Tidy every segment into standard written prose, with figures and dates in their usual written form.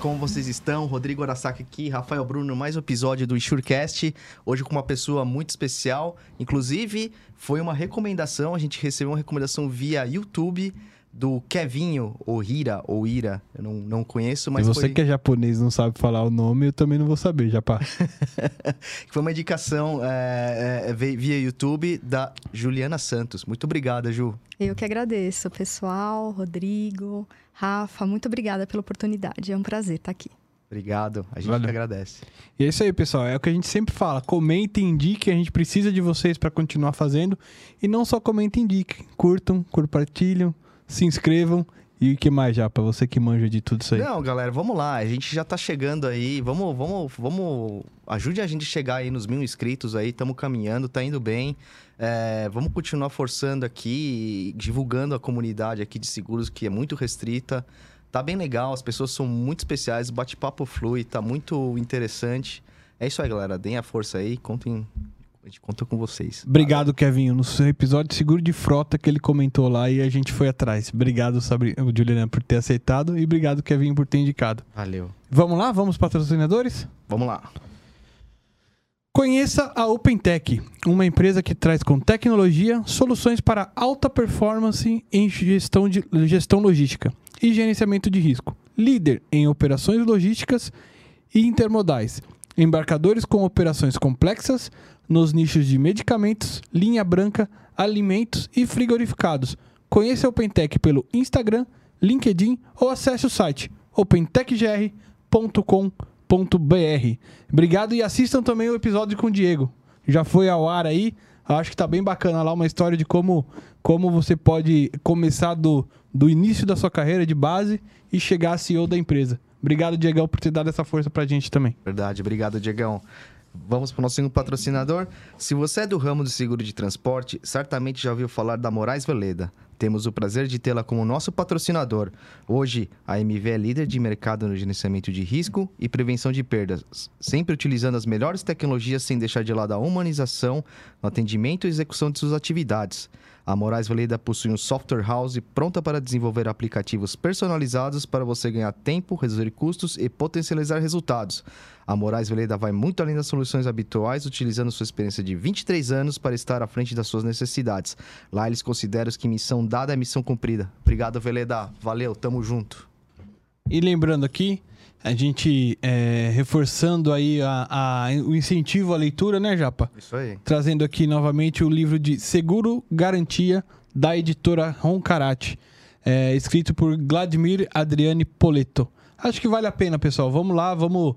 como vocês estão? Rodrigo Arasaki aqui, Rafael Bruno, mais um episódio do Insurecast. Hoje com uma pessoa muito especial. Inclusive, foi uma recomendação, a gente recebeu uma recomendação via YouTube do Kevinho, ou Ira, eu não conheço, mas se você que é japonês e não sabe falar o nome, eu também não vou saber, Japá. Foi uma indicação via YouTube da Juliana Santos. Muito obrigada, Ju. Eu que agradeço, pessoal, Rodrigo, Rafa, muito obrigada pela oportunidade. É um prazer estar aqui. Obrigado, a gente que agradece. E é isso aí, pessoal, é o que a gente sempre fala. Comentem, indiquem, a gente precisa de vocês para continuar fazendo. E não só comentem, indiquem, curtam, compartilham, se inscrevam. E o que mais, Japa? Você que manja de tudo isso aí. Não, galera, vamos lá. A gente já tá chegando aí. Vamos... Ajude a gente a chegar aí nos 1000 inscritos aí. Estamos caminhando, tá indo bem. Vamos continuar forçando aqui, divulgando a comunidade aqui de seguros, que é muito restrita. Tá bem legal, as pessoas são muito especiais, o bate-papo flui, tá muito interessante. É isso aí, galera. Deem a força aí, a gente conta com vocês. Obrigado, Kevinho. No seu episódio de seguro de frota que ele comentou lá e a gente foi atrás. Obrigado, Juliana, por ter aceitado e obrigado, Kevinho, por ter indicado. Valeu. Vamos lá? Vamos, patrocinadores? Vamos lá. Conheça a OpenTech, uma empresa que traz com tecnologia soluções para alta performance em gestão logística e gerenciamento de risco. Líder em operações logísticas e intermodais. Embarcadores com operações complexas nos nichos de medicamentos, linha branca, alimentos e frigorificados. Conheça a OpenTech pelo Instagram, LinkedIn ou acesse o site opentechgr.com.br. Obrigado e assistam também o episódio com o Diego. Já foi ao ar aí, acho que tá bem bacana lá, uma história de como você pode começar do início da sua carreira de base e chegar a CEO da empresa. Obrigado, Diegão, por ter dado essa força pra gente também. Verdade, obrigado, Diegão. Vamos para o nosso segundo patrocinador. Se você é do ramo do seguro de transporte, certamente já ouviu falar da Moraes Veleda. Temos o prazer de tê-la como nosso patrocinador. Hoje, a MV é líder de mercado no gerenciamento de risco e prevenção de perdas, sempre utilizando as melhores tecnologias sem deixar de lado a humanização no atendimento e execução de suas atividades. A Moraes Veleda possui um software house pronta para desenvolver aplicativos personalizados para você ganhar tempo, reduzir custos e potencializar resultados. A Moraes Veleda vai muito além das soluções habituais, utilizando sua experiência de 23 anos para estar à frente das suas necessidades. Lá eles consideram que missão dada é missão cumprida. Obrigado, Veleda. Valeu, tamo junto. E lembrando aqui, a gente reforçando aí o incentivo à leitura, né, Japa? Isso aí. Trazendo aqui novamente o livro de Seguro Garantia, da editora Roncarate, escrito por Vladimir Adriane Poletto. Acho que vale a pena, pessoal. Vamos lá, vamos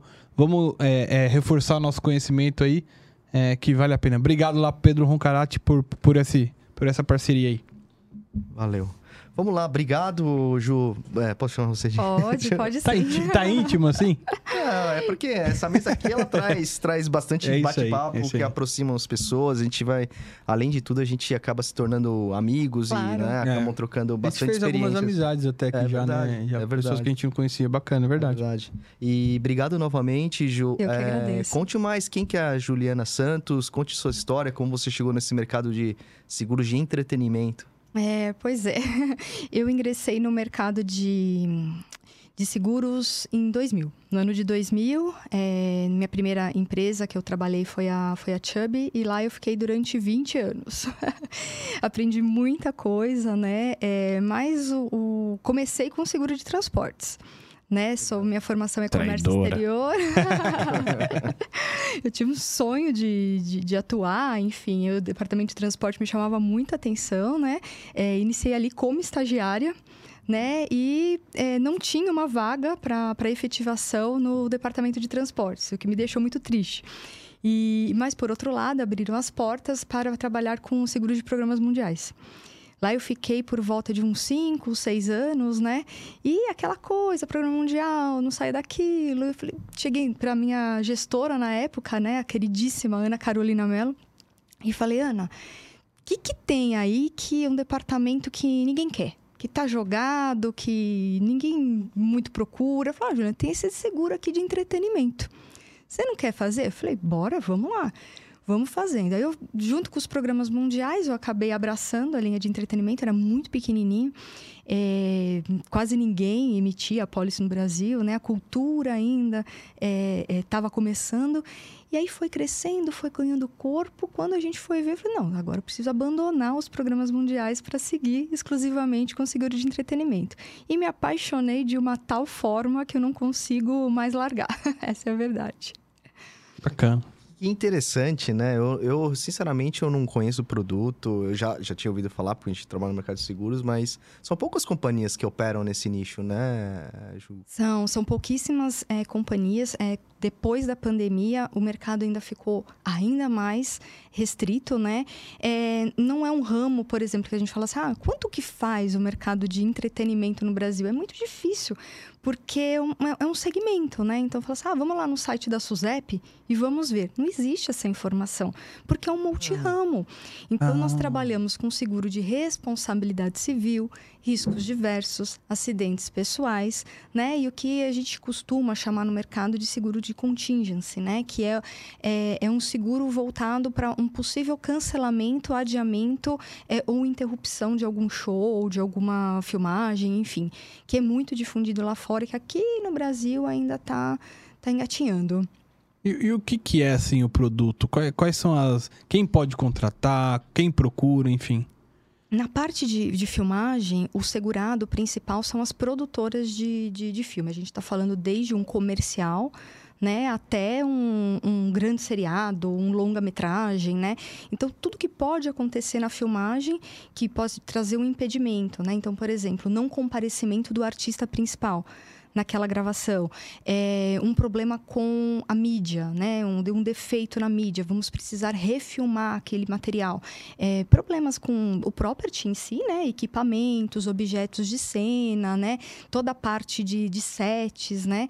reforçar nosso conhecimento aí, que vale a pena. Obrigado lá, Pedro Roncarate, por essa parceria aí. Valeu. Vamos lá, obrigado, Ju. Posso chamar você de... Pode sim. Tá íntimo, assim? É porque essa mesa aqui, ela traz bastante bate-papo, que aproxima as pessoas. A gente vai... Além de tudo, a gente acaba se tornando amigos, claro. E acabam trocando bastante experiências. A gente fez algumas amizades até aqui já, verdade, né? Já pessoas que a gente não conhecia. Bacana, é verdade. E obrigado novamente, Ju. Eu que agradeço. Conte mais quem que é a Juliana Santos, conte sua história, como você chegou nesse mercado de seguros de entretenimento. Pois é. Eu ingressei no mercado de seguros em 2000. No ano de 2000, minha primeira empresa que eu trabalhei foi a Chubb, e lá eu fiquei durante 20 anos. Aprendi muita coisa, né? Mas comecei com seguro de transportes. Né? Minha formação é comércio exterior. Eu tive um sonho de atuar, enfim, o departamento de transporte me chamava muita atenção, né? Iniciei ali como estagiária, né? E não tinha uma vaga para efetivação no departamento de transportes, o que me deixou muito triste. Mas, por outro lado, abriram as portas para trabalhar com seguro de programas mundiais. Lá eu fiquei por volta de uns 5, 6 anos, né? E aquela coisa, programa mundial, não saia daquilo. Eu cheguei para minha gestora na época, né? A queridíssima Ana Carolina Mello. E falei, Ana, o que tem aí que é um departamento que ninguém quer? Que tá jogado, que ninguém muito procura. Eu falei, Juliana, tem esse seguro aqui de entretenimento. Você não quer fazer? Eu falei, bora, vamos lá. vamos fazendo. Aí eu, junto com os programas mundiais, eu acabei abraçando a linha de entretenimento, era muito pequenininho. Quase ninguém emitia apólice no Brasil, né? A cultura ainda estava começando. E aí foi crescendo, foi ganhando corpo. Quando a gente foi ver, eu falei, não, agora eu preciso abandonar os programas mundiais para seguir exclusivamente com seguro de entretenimento. E me apaixonei de uma tal forma que eu não consigo mais largar. Essa é a verdade. Bacana. Que interessante, né? Eu, sinceramente, eu não conheço o produto. Eu já tinha ouvido falar, porque a gente trabalha no mercado de seguros, mas são poucas companhias que operam nesse nicho, né, Ju? São pouquíssimas companhias. Depois da pandemia, o mercado ainda ficou ainda mais restrito, né? Não é um ramo, por exemplo, que a gente fala assim, quanto que faz o mercado de entretenimento no Brasil? É muito difícil, porque é um segmento, né? Então, fala assim, vamos lá no site da SUSEP e vamos ver. Não existe essa informação, porque é um multirramo. Então, nós trabalhamos com seguro de responsabilidade civil, riscos diversos, acidentes pessoais, né? E o que a gente costuma chamar no mercado de seguro de contingency, né? Que é um seguro voltado para um possível cancelamento, adiamento ou interrupção de algum show, de alguma filmagem, enfim. Que é muito difundido lá fora e que aqui no Brasil ainda está engatinhando. E o que é, assim, o produto? Quais são quem pode contratar, quem procura, enfim? Na parte de filmagem, o segurado principal são as produtoras de filme. A gente está falando desde um comercial, né, até um grande seriado, um longa-metragem, né? Então, tudo que pode acontecer na filmagem que pode trazer um impedimento, né? Então, por exemplo, não comparecimento do artista principal naquela gravação, um problema com a mídia, né? Um defeito na mídia, vamos precisar refilmar aquele material. Problemas com o property em si, né? Equipamentos, objetos de cena, né? Toda a parte de sets, né?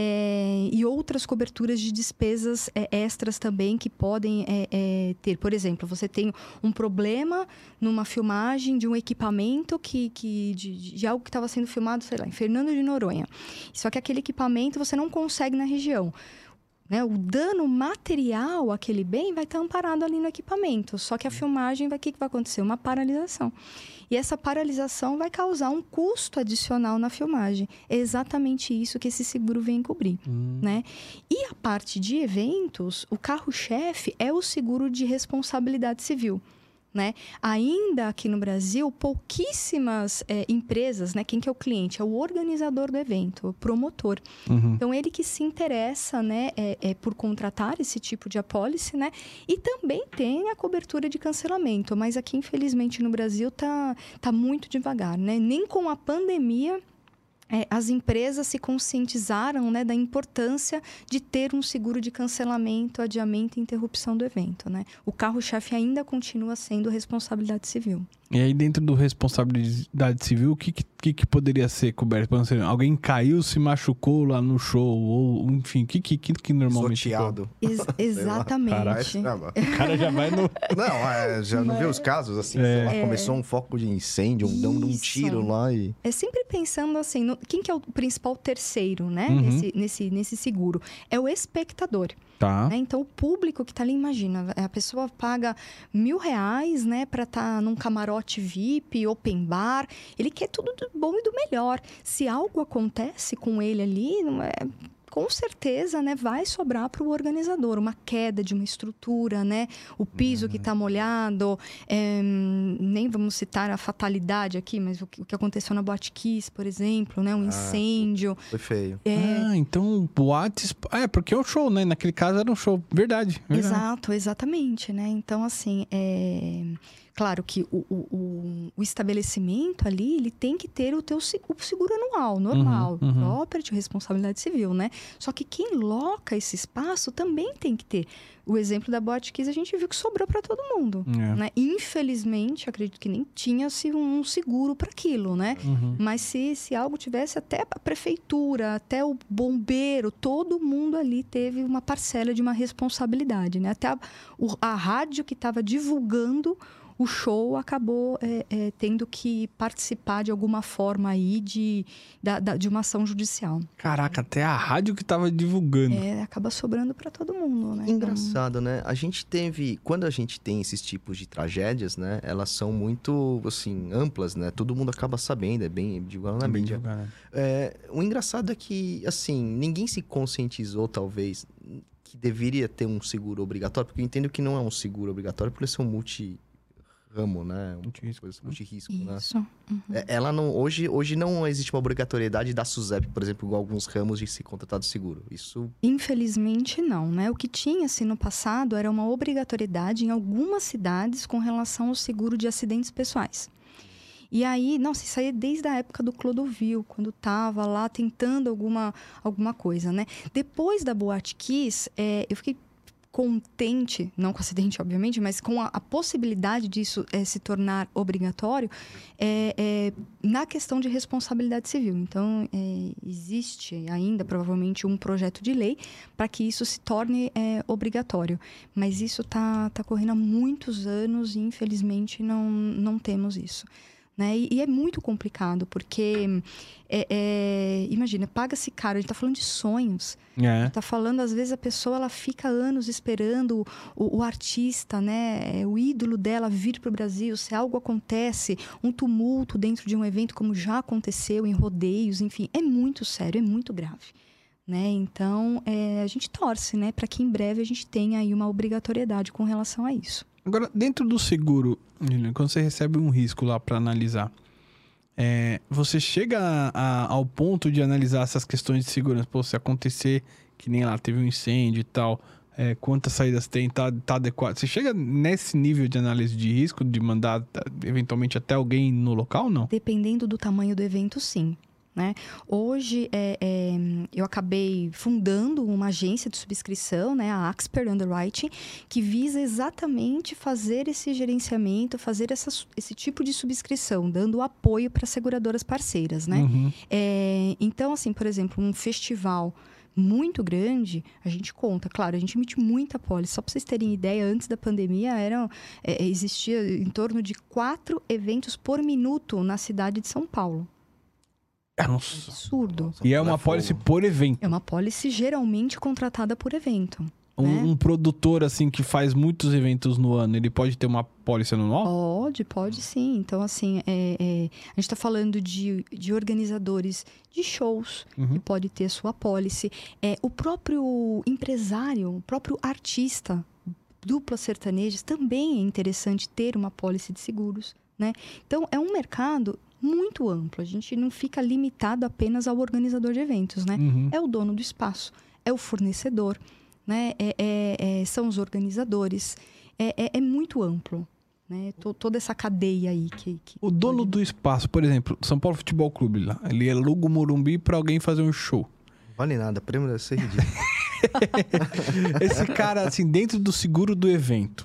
E outras coberturas de despesas extras também que podem ter. Por exemplo, você tem um problema numa filmagem de um equipamento de algo que estava sendo filmado, sei lá, em Fernando de Noronha. Só que aquele equipamento você não consegue na região, né? O dano material àquele bem vai estar amparado ali no equipamento. Só que a filmagem, o que vai acontecer? Uma paralisação. E essa paralisação vai causar um custo adicional na filmagem. É exatamente isso que esse seguro vem cobrir, né? E a parte de eventos, o carro-chefe é o seguro de responsabilidade civil, né? Ainda aqui no Brasil, pouquíssimas empresas, né? Quem que é o cliente? É o organizador do evento, o promotor. Então, ele que se interessa, né? Por contratar esse tipo de apólice, né? E também tem a cobertura de cancelamento. Mas aqui, infelizmente, no Brasil, tá muito devagar, né? Nem com a pandemia as empresas se conscientizaram, né, da importância de ter um seguro de cancelamento, adiamento e interrupção do evento, né? O carro-chefe ainda continua sendo responsabilidade civil. E aí, dentro do responsabilidade civil, o que poderia ser coberto? Por exemplo, alguém caiu, se machucou lá no show, ou enfim, o que normalmente... Sorteado. Exatamente. O cara já vai no... Não, já não vê os casos, assim, sei lá, começou um foco de incêndio, um tiro lá e... Sempre pensando assim, quem que é o principal terceiro, né? Nesse seguro? É o espectador. Tá. Né? Então, o público que está ali, imagina, a pessoa paga R$1.000, né, para estar num camarote VIP, open bar, ele quer tudo do bom e do melhor. Se algo acontece com ele ali, com certeza, né, vai sobrar para o organizador uma queda de uma estrutura, né, o piso que está molhado, nem vamos citar a fatalidade aqui, mas o que aconteceu na Boate Kiss, por exemplo, né, um incêndio. Foi feio. Então boates... porque é um show, né? Naquele caso era um show, verdade. Exato, exatamente, né? Então, assim, claro que o estabelecimento ali, ele tem que ter o seguro anual, normal, property, responsabilidade civil, né? Só que quem loca esse espaço também tem que ter. O exemplo da Boate Kiss, a gente viu que sobrou para todo mundo, né? Infelizmente, acredito que nem tinha-se um seguro para aquilo, né? Mas se algo tivesse, até a prefeitura, até o bombeiro, todo mundo ali teve uma parcela de uma responsabilidade, né? Até a rádio que estava divulgando o show acabou tendo que participar de alguma forma aí de uma ação judicial. Caraca, até a rádio que tava divulgando. Acaba sobrando para todo mundo, né? Engraçado, né? Quando a gente tem esses tipos de tragédias, né? Elas são muito, assim, amplas, né? Todo mundo acaba sabendo, é bem divulgado na mídia. O engraçado é que, assim, ninguém se conscientizou, talvez, que deveria ter um seguro obrigatório, porque eu entendo que não é um seguro obrigatório, porque ser um multi-ramo, né? Multi-risco, né? Isso. Uhum. Ela não, hoje não existe uma obrigatoriedade da SUSEP, por exemplo, igual alguns ramos de se contratar do seguro. Isso... Infelizmente, não, né? O que tinha, assim, no passado era uma obrigatoriedade em algumas cidades com relação ao seguro de acidentes pessoais. E aí, isso aí é desde a época do Clodovil, quando estava lá tentando alguma coisa, né? Depois da Boate Kiss, eu fiquei contente, não com o acidente, obviamente, mas com a possibilidade disso se tornar obrigatório na questão de responsabilidade civil. Então, existe ainda, provavelmente, um projeto de lei para que isso se torne obrigatório. Mas isso está correndo há muitos anos e, infelizmente, não temos isso. Né? E é muito complicado, porque, imagina, paga-se caro, a gente está falando de sonhos. A gente está falando, às vezes, a pessoa ela fica anos esperando o artista, né? O ídolo dela vir para o Brasil. Se algo acontece, um tumulto dentro de um evento, como já aconteceu em rodeios, enfim, é muito sério, é muito grave. Né? Então, a gente torce, né, para que em breve a gente tenha aí uma obrigatoriedade com relação a isso. Agora, dentro do seguro, quando você recebe um risco lá para analisar, você chega ao ponto de analisar essas questões de segurança? Pô, se acontecer, que nem lá teve um incêndio e tal, quantas saídas tem, tá adequado? Você chega nesse nível de análise de risco, de mandar eventualmente até alguém no local, não? Dependendo do tamanho do evento, sim. Né? Hoje, eu acabei fundando uma agência de subscrição, né? A Axper Underwriting, que visa exatamente fazer esse gerenciamento, fazer esse tipo de subscrição, dando apoio para seguradoras parceiras. Né? Uhum. Então, assim, por exemplo, um festival muito grande, a gente conta, claro, a gente emite muita pólice. Só para vocês terem ideia, antes da pandemia, existia em torno de 4 eventos por minuto na cidade de São Paulo. Nossa. Absurdo. E é uma pólice por evento. É uma pólice geralmente contratada por evento. Né? Um produtor, assim, que faz muitos eventos no ano, ele pode ter uma pólice anual? Pode sim. Então, assim, a gente está falando de organizadores de shows, que pode ter sua pólice. O próprio empresário, o próprio artista, duplas sertanejas, também é interessante ter uma pólice de seguros, né? Então, é um mercado muito amplo. A gente não fica limitado apenas ao organizador de eventos, né? É o dono do espaço, é o fornecedor, né? São os organizadores. É muito amplo, né? Toda essa cadeia aí que o dono do espaço, por exemplo, São Paulo Futebol Clube, lá, ele aluga o Morumbi para alguém fazer um show. Vale nada, prêmio deve ser ridículo. Esse cara, assim, dentro do seguro do evento.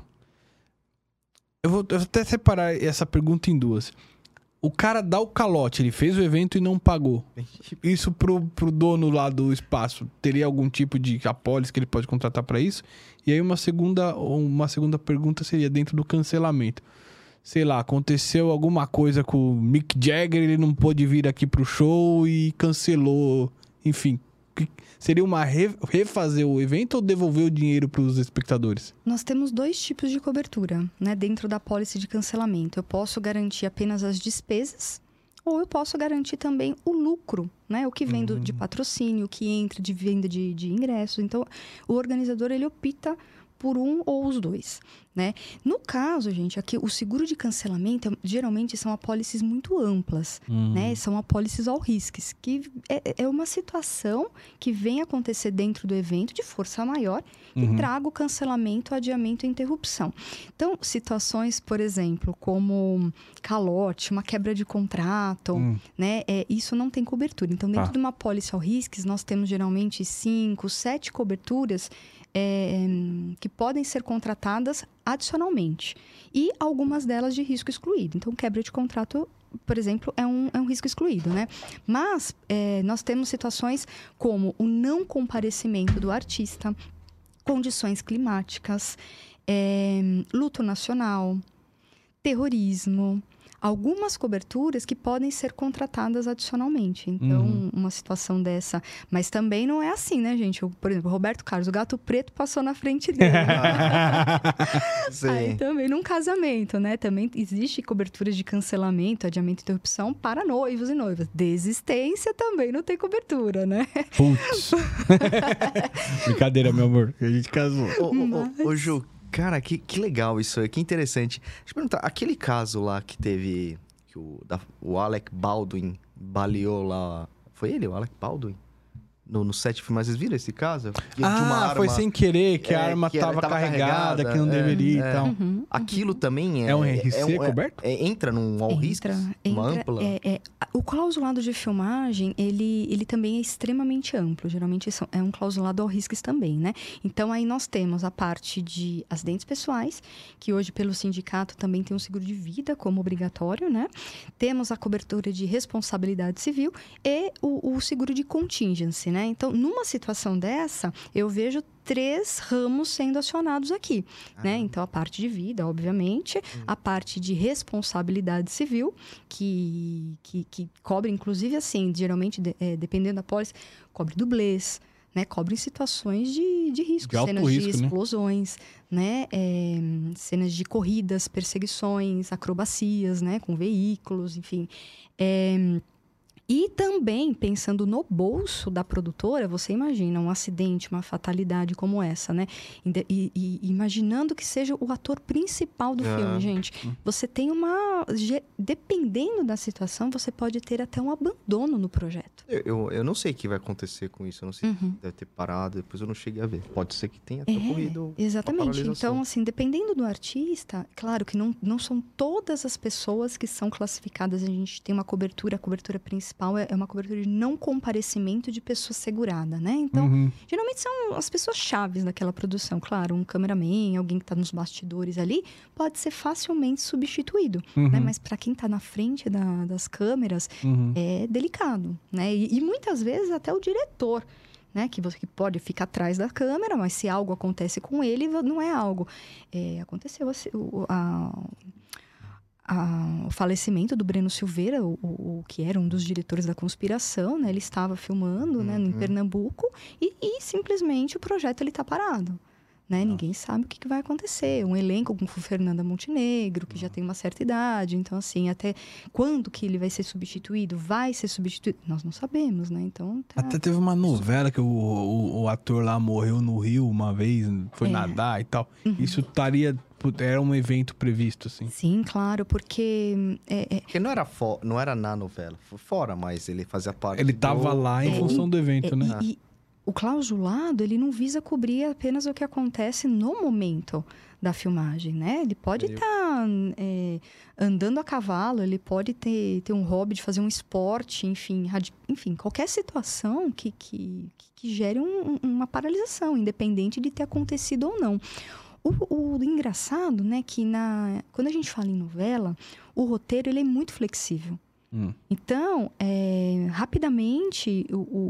Eu vou até separar essa pergunta em duas. O cara dá o calote, ele fez o evento e não pagou. Isso pro dono lá do espaço, teria algum tipo de apólice que ele pode contratar para isso? E aí uma segunda pergunta seria dentro do cancelamento. Sei lá, aconteceu alguma coisa com o Mick Jagger, ele não pôde vir aqui pro show e cancelou. Enfim, seria refazer o evento ou devolver o dinheiro para os espectadores? Nós temos 2 tipos de cobertura, né, dentro da pólice de cancelamento. Eu posso garantir apenas as despesas ou eu posso garantir também o lucro, né, o que vem de patrocínio, o que entra de venda de ingressos. Então, o organizador, ele opta por um ou os dois, né? No caso, gente, aqui o seguro de cancelamento geralmente são apólices muito amplas, né? São apólices all risks, que é uma situação que vem acontecer dentro do evento de força maior que traga o cancelamento, adiamento e interrupção. Então, situações, por exemplo, como calote, uma quebra de contrato, né? Isso não tem cobertura. Então, dentro de uma apólice all risks, nós temos geralmente 5, 7 coberturas que podem ser contratadas adicionalmente. E algumas delas de risco excluído. Então, quebra de contrato, por exemplo, é um risco excluído, né? Mas nós temos situações como o não comparecimento do artista, condições climáticas, luto nacional, terrorismo, algumas coberturas que podem ser contratadas adicionalmente. Então, uma situação dessa... Mas também não é assim, né, gente? Por exemplo, Roberto Carlos, o gato preto passou na frente dele. Aí também num casamento, né? Também existe coberturas de cancelamento, adiamento e interrupção para noivos e noivas. Desistência também não tem cobertura, né? Putz. Brincadeira, meu amor. A gente casou. Ô, Ju, cara, que legal isso aí, que interessante. Deixa eu perguntar, aquele caso lá que teve, que o Alec Baldwin baleou lá, foi ele, o Alec Baldwin? No set filme, vocês viram esse caso? De uma arma, foi sem querer, que a arma tava carregada, que não deveria e tal. Aquilo também é um RC coberto? Entra num all risks? Uma ampla? O clausulado de filmagem, ele também é extremamente amplo. Geralmente é um clausulado all risks também, né? Então, aí nós temos a parte de acidentes pessoais, que hoje, pelo sindicato, também tem um seguro de vida como obrigatório, né? Temos a cobertura de responsabilidade civil e o seguro de contingency, né? Então, numa situação dessa, eu vejo 3 ramos sendo acionados aqui, né? Então, a parte de vida, obviamente, a parte de responsabilidade civil, que cobre, inclusive, assim, geralmente, dependendo da pólice, cobre dublês, né? Cobre em situações de risco, de alto cenas risco, de explosões, né? Cenas de corridas, perseguições, acrobacias, né? Com veículos, enfim. E também, pensando no bolso da produtora, você imagina um acidente, uma fatalidade como essa, né? E imaginando que seja o ator principal do filme, gente. Você tem dependendo da situação, você pode ter até um abandono no projeto. Eu não sei o que vai acontecer com isso. Eu não sei se deve ter parado, depois eu não cheguei a ver. Pode ser que tenha até ocorrido. Exatamente. Então, assim, dependendo do artista, claro que não são todas as pessoas que são classificadas. A gente tem uma cobertura, a cobertura principal é uma cobertura de não comparecimento de pessoa segurada, né? Então, geralmente são as pessoas chaves daquela produção. Claro, um cameraman, alguém que está nos bastidores ali, pode ser facilmente substituído, né? Mas para quem está na frente das câmeras, é delicado, né? E muitas vezes até o diretor, né? Que pode ficar atrás da câmera, mas se algo acontece com ele, não é algo. Aconteceu o falecimento do Breno Silveira, o que era um dos diretores da Conspiração, né? Ele estava filmando, né, em Pernambuco e simplesmente o projeto está parado. Né? Ninguém sabe o que vai acontecer. Um elenco com Fernanda Montenegro, que já tem uma certa idade. Então, assim, até quando que ele vai ser substituído? Vai ser substituído? Nós não sabemos, né? Então, até teve uma novela que o ator lá morreu no Rio uma vez, foi nadar e tal. Isso era um evento previsto, assim. Sim, claro, porque... Porque não era na novela, foi fora, mas ele fazia parte Ele estava lá em função do evento, né? O clausulado, ele não visa cobrir apenas o que acontece no momento da filmagem, né? Ele pode estar andando a cavalo, ele pode ter um hobby de fazer um esporte, enfim, qualquer situação que gere uma paralisação, independente de ter acontecido ou não. O engraçado, né, que quando a gente fala em novela, o roteiro ele é muito flexível. Então, rapidamente,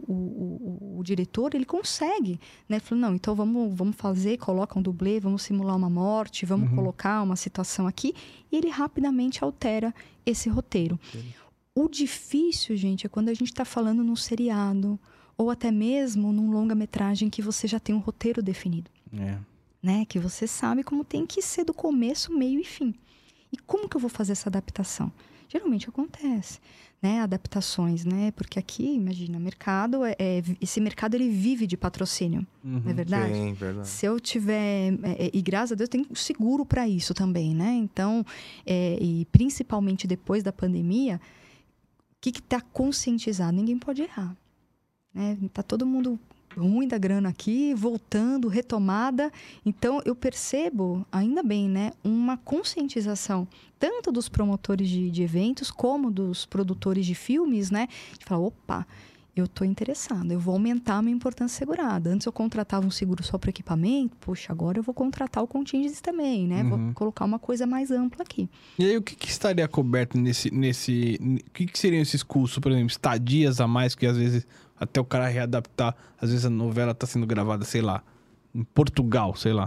o diretor, ele consegue, né? Falou, não, então vamos fazer, coloca um dublê, vamos simular uma morte, vamos colocar uma situação aqui. E ele rapidamente altera esse roteiro. O difícil, gente, é quando a gente está falando num seriado, ou até mesmo num longa-metragem que você já tem um roteiro definido. Né? Que você sabe como tem que ser do começo, meio e fim. E como que eu vou fazer essa adaptação? Geralmente acontece, né? Adaptações, né? Porque aqui, imagina, mercado esse mercado ele vive de patrocínio, não é verdade? Sim, verdade. Se eu tiver... e graças a Deus tem seguro para isso também, né? Então, e principalmente depois da pandemia, o que está conscientizado? Ninguém pode errar, né? Tá todo mundo... ruim da grana aqui, voltando, retomada. Então, eu percebo, ainda bem, né, uma conscientização, tanto dos promotores de eventos, como dos produtores de filmes, né, de falar, opa, eu estou interessado, eu vou aumentar a minha importância segurada. Antes eu contratava um seguro só para equipamento, poxa, agora eu vou contratar o contingency também, né, vou colocar uma coisa mais ampla aqui. E aí, o que estaria coberto nesse... O que seriam esses custos, por exemplo, estadias a mais, que às vezes... Até o cara readaptar. Às vezes a novela está sendo gravada, sei lá, em Portugal, sei lá.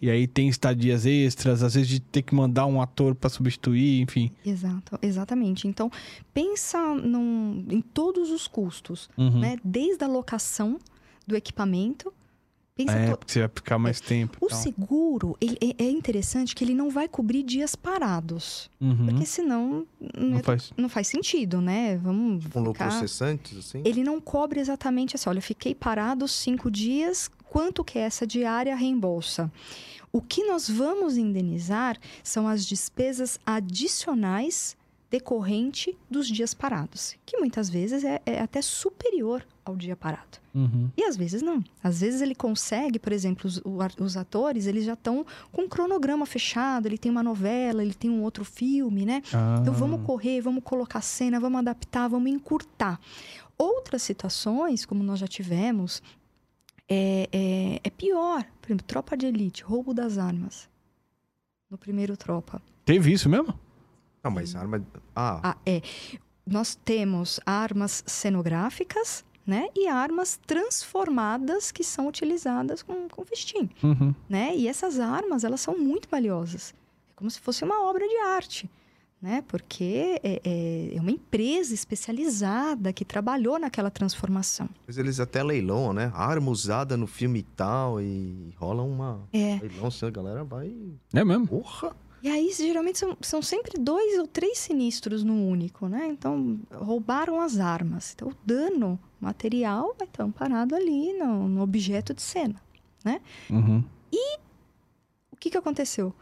E aí tem estadias extras, às vezes de ter que mandar um ator para substituir, enfim. Exatamente. Então, pensa em todos os custos, né? Desde a locação do equipamento. Porque você vai ficar mais tempo. O seguro, é interessante que ele não vai cobrir dias parados. Porque senão não faz sentido, né? Vamos um lucro cessante, assim? Ele não cobre exatamente assim, olha, eu fiquei parado 5 dias, quanto que é essa diária reembolsa? O que nós vamos indenizar são as despesas adicionais decorrente dos dias parados, que muitas vezes é até superior ao dia parado. E às vezes não. Às vezes ele consegue, por exemplo, os atores, eles já estão com um cronograma fechado, ele tem uma novela, ele tem um outro filme, né? Então vamos correr, vamos colocar cena, vamos adaptar, vamos encurtar. Outras situações, como nós já tivemos, é pior. Por exemplo, Tropa de Elite, roubo das armas. No primeiro Tropa. Teve isso mesmo? Não, mas arma... Nós temos armas cenográficas, né? E armas transformadas que são utilizadas com festim, né? E essas armas, elas são muito valiosas. É como se fosse uma obra de arte, né? Porque é uma empresa especializada que trabalhou naquela transformação. Mas eles até leiloam, né? Arma usada no filme e tal, e rola uma... leilão, assim, a galera vai... É mesmo? Porra! E aí, geralmente, são sempre 2 ou 3 sinistros no único, né? Então, roubaram as armas. Então, o dano material vai estar amparado ali no objeto de cena, né? E o que aconteceu?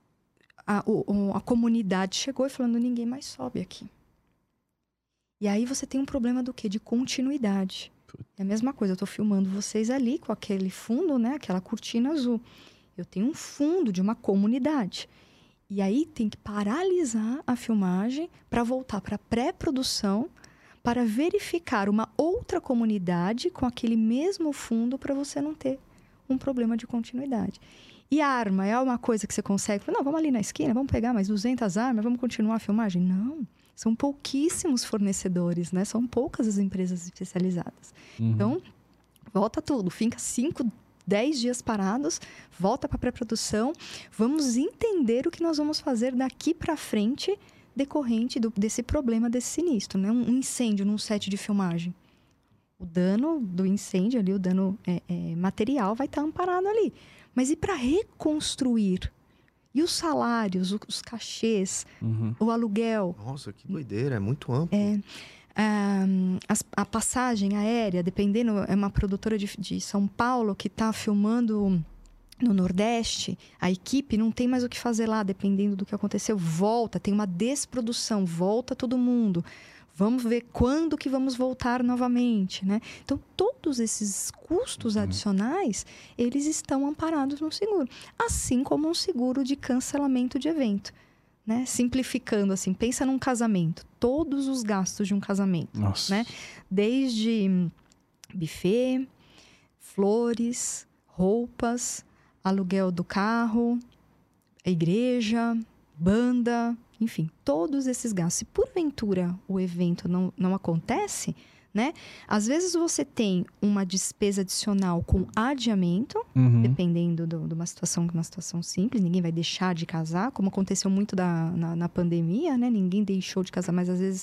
A comunidade chegou e falando, ninguém mais sobe aqui. E aí, você tem um problema do quê? De continuidade. É a mesma coisa, eu estou filmando vocês ali com aquele fundo, né? Aquela cortina azul. Eu tenho um fundo de uma comunidade. E aí tem que paralisar a filmagem para voltar para a pré-produção, para verificar uma outra comunidade com aquele mesmo fundo para você não ter um problema de continuidade. E a arma é uma coisa que você consegue... Não, vamos ali na esquina, vamos pegar mais 200 armas, vamos continuar a filmagem? Não, são pouquíssimos fornecedores, né? São poucas as empresas especializadas. Então, volta tudo, fica 5, 10 dias parados, volta para a pré-produção, vamos entender o que nós vamos fazer daqui para frente decorrente desse problema, desse sinistro, né? Um incêndio num set de filmagem. O dano do incêndio ali, o dano material vai estar amparado ali. Mas e para reconstruir? E os salários, os cachês, o aluguel? Nossa, que doideira, é muito amplo. A passagem aérea, dependendo, é uma produtora de São Paulo que está filmando no Nordeste, a equipe não tem mais o que fazer lá, dependendo do que aconteceu, volta, tem uma desprodução, volta todo mundo. Vamos ver quando que vamos voltar novamente, né? Então, todos esses custos adicionais, eles estão amparados no seguro. Assim como um seguro de cancelamento de evento. Né? Simplificando assim, pensa num casamento, todos os gastos de um casamento, né? Desde buffet, flores, roupas, aluguel do carro, a igreja, banda, enfim, todos esses gastos. Se porventura o evento não acontece, né? Às vezes você tem uma despesa adicional com adiamento, dependendo de uma situação simples, ninguém vai deixar de casar, como aconteceu muito na pandemia, né? Ninguém deixou de casar, mas às vezes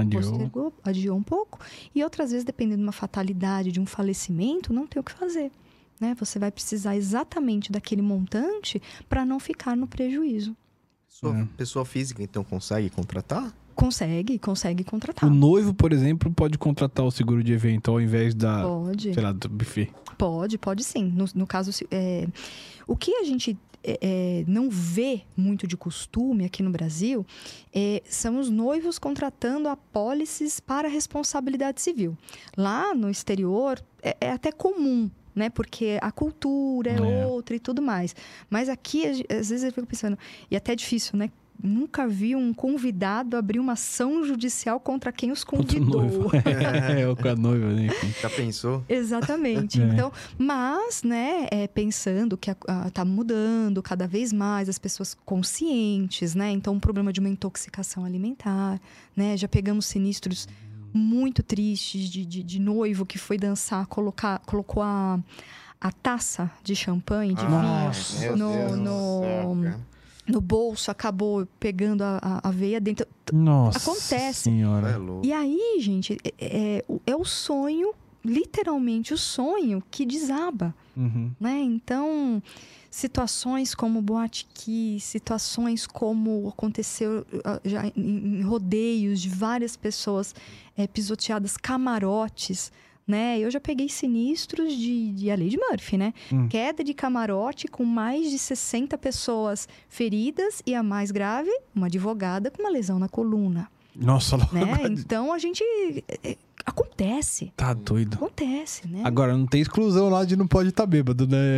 adiou um pouco. E outras vezes, dependendo de uma fatalidade, de um falecimento, não tem o que fazer, né? Você vai precisar exatamente daquele montante para não ficar no prejuízo. Pessoa física, então, consegue contratar? Consegue contratar. O noivo, por exemplo, pode contratar o seguro de evento ao invés sei lá, do buffet? Pode sim. No caso, o que a gente não vê muito de costume aqui no Brasil são os noivos contratando apólices para responsabilidade civil. Lá no exterior é até comum, né? Porque a cultura é outra e tudo mais. Mas aqui, às vezes eu fico pensando, e até é difícil, né? Nunca vi um convidado abrir uma ação judicial contra quem os convidou. Ou com a noiva, né? Já pensou? Exatamente. Então, mas, né, pensando que tá mudando cada vez mais as pessoas conscientes, né? Então, um problema de uma intoxicação alimentar, né? Já pegamos sinistros muito tristes de noivo que foi dançar, colocou a taça de champanhe, de Nossa, vinho, meu Deus do céu, cara. no bolso, acabou pegando a veia dentro. Nossa Acontece. senhora. É louco. E aí, gente, é o sonho, literalmente o sonho que desaba, Uhum. né? Então, situações como Boate Kiss, situações como aconteceu já em rodeios de várias pessoas pisoteadas, camarotes, né? Eu já peguei sinistros de a Lei de Murphy, né? Queda de camarote com mais de 60 pessoas feridas e a mais grave, uma advogada com uma lesão na coluna, Nossa, né? Então, a gente... acontece. tá doido. Acontece, né? Agora, não tem exclusão lá de não pode estar bêbado, né?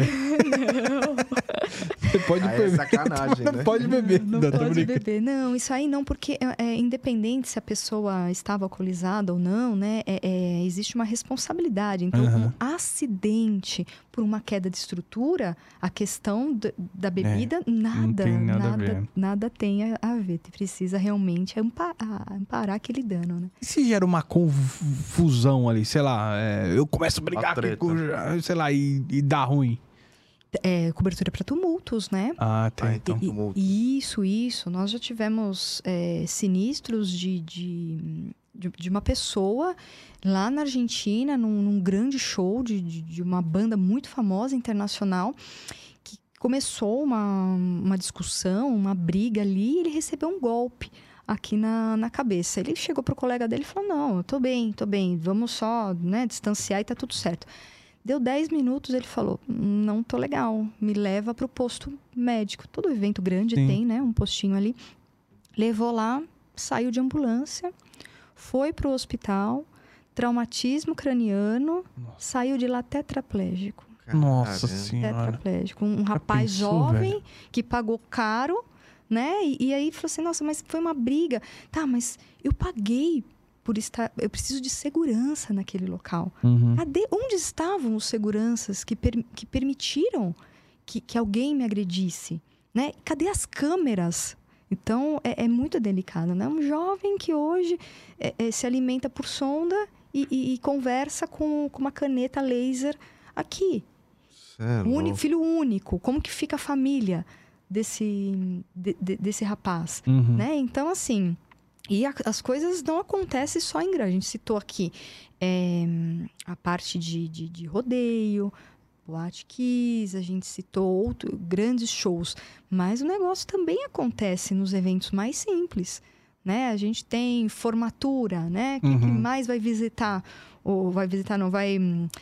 Não. Você pode Aí é beber. sacanagem, né? Pode beber. Não Não, tô pode brincando. beber. Não, isso aí não, porque independente se a pessoa estava alcoolizada ou não, né? Existe uma responsabilidade. Então, Aham. um acidente por uma queda de estrutura, a questão da bebida, nada, tem nada a ver. nada tem a ver. Precisa realmente amparar aquele dano, né? E se gera uma confusão ali, sei lá, eu começo a brigar Uma aqui com, sei lá, e dá ruim. Cobertura para tumultos, né? Ah, tem, Ah, então. tumulto. Isso. Nós já tivemos sinistros de uma pessoa lá na Argentina, num grande show de uma banda muito famosa, internacional, que começou uma discussão, uma briga ali, e ele recebeu um golpe aqui na cabeça. Ele chegou pro colega dele e falou, não, eu tô bem, vamos só, né, distanciar e tá tudo certo. Deu 10 minutos, ele falou, não tô legal, me leva pro posto médico. Todo evento grande Sim. tem, né, um postinho ali. Levou lá, saiu de ambulância, foi pro hospital, traumatismo craniano, saiu de lá tetraplégico. Nossa Caramba. senhora. Tetraplégico. Um rapaz pensou, jovem velho? que pagou caro, né? E aí falou assim, nossa, mas foi uma briga. Tá, mas eu paguei por estar... Eu preciso de segurança naquele local. Uhum. Onde estavam os seguranças que permitiram que alguém me agredisse? Né? Cadê as câmeras? Então, é muito delicado, né? Um jovem que hoje se alimenta por sonda e conversa com uma caneta laser aqui. Filho único. Como que fica a família desse rapaz? Uhum. Né? Então, assim... E as coisas não acontecem só em grande. A gente citou aqui a parte de rodeio, Boate Kiss, a gente citou grandes shows. Mas o negócio também acontece nos eventos mais simples, né? A gente tem formatura, né? Quem que mais vai visitar? Ou vai visitar, não, vai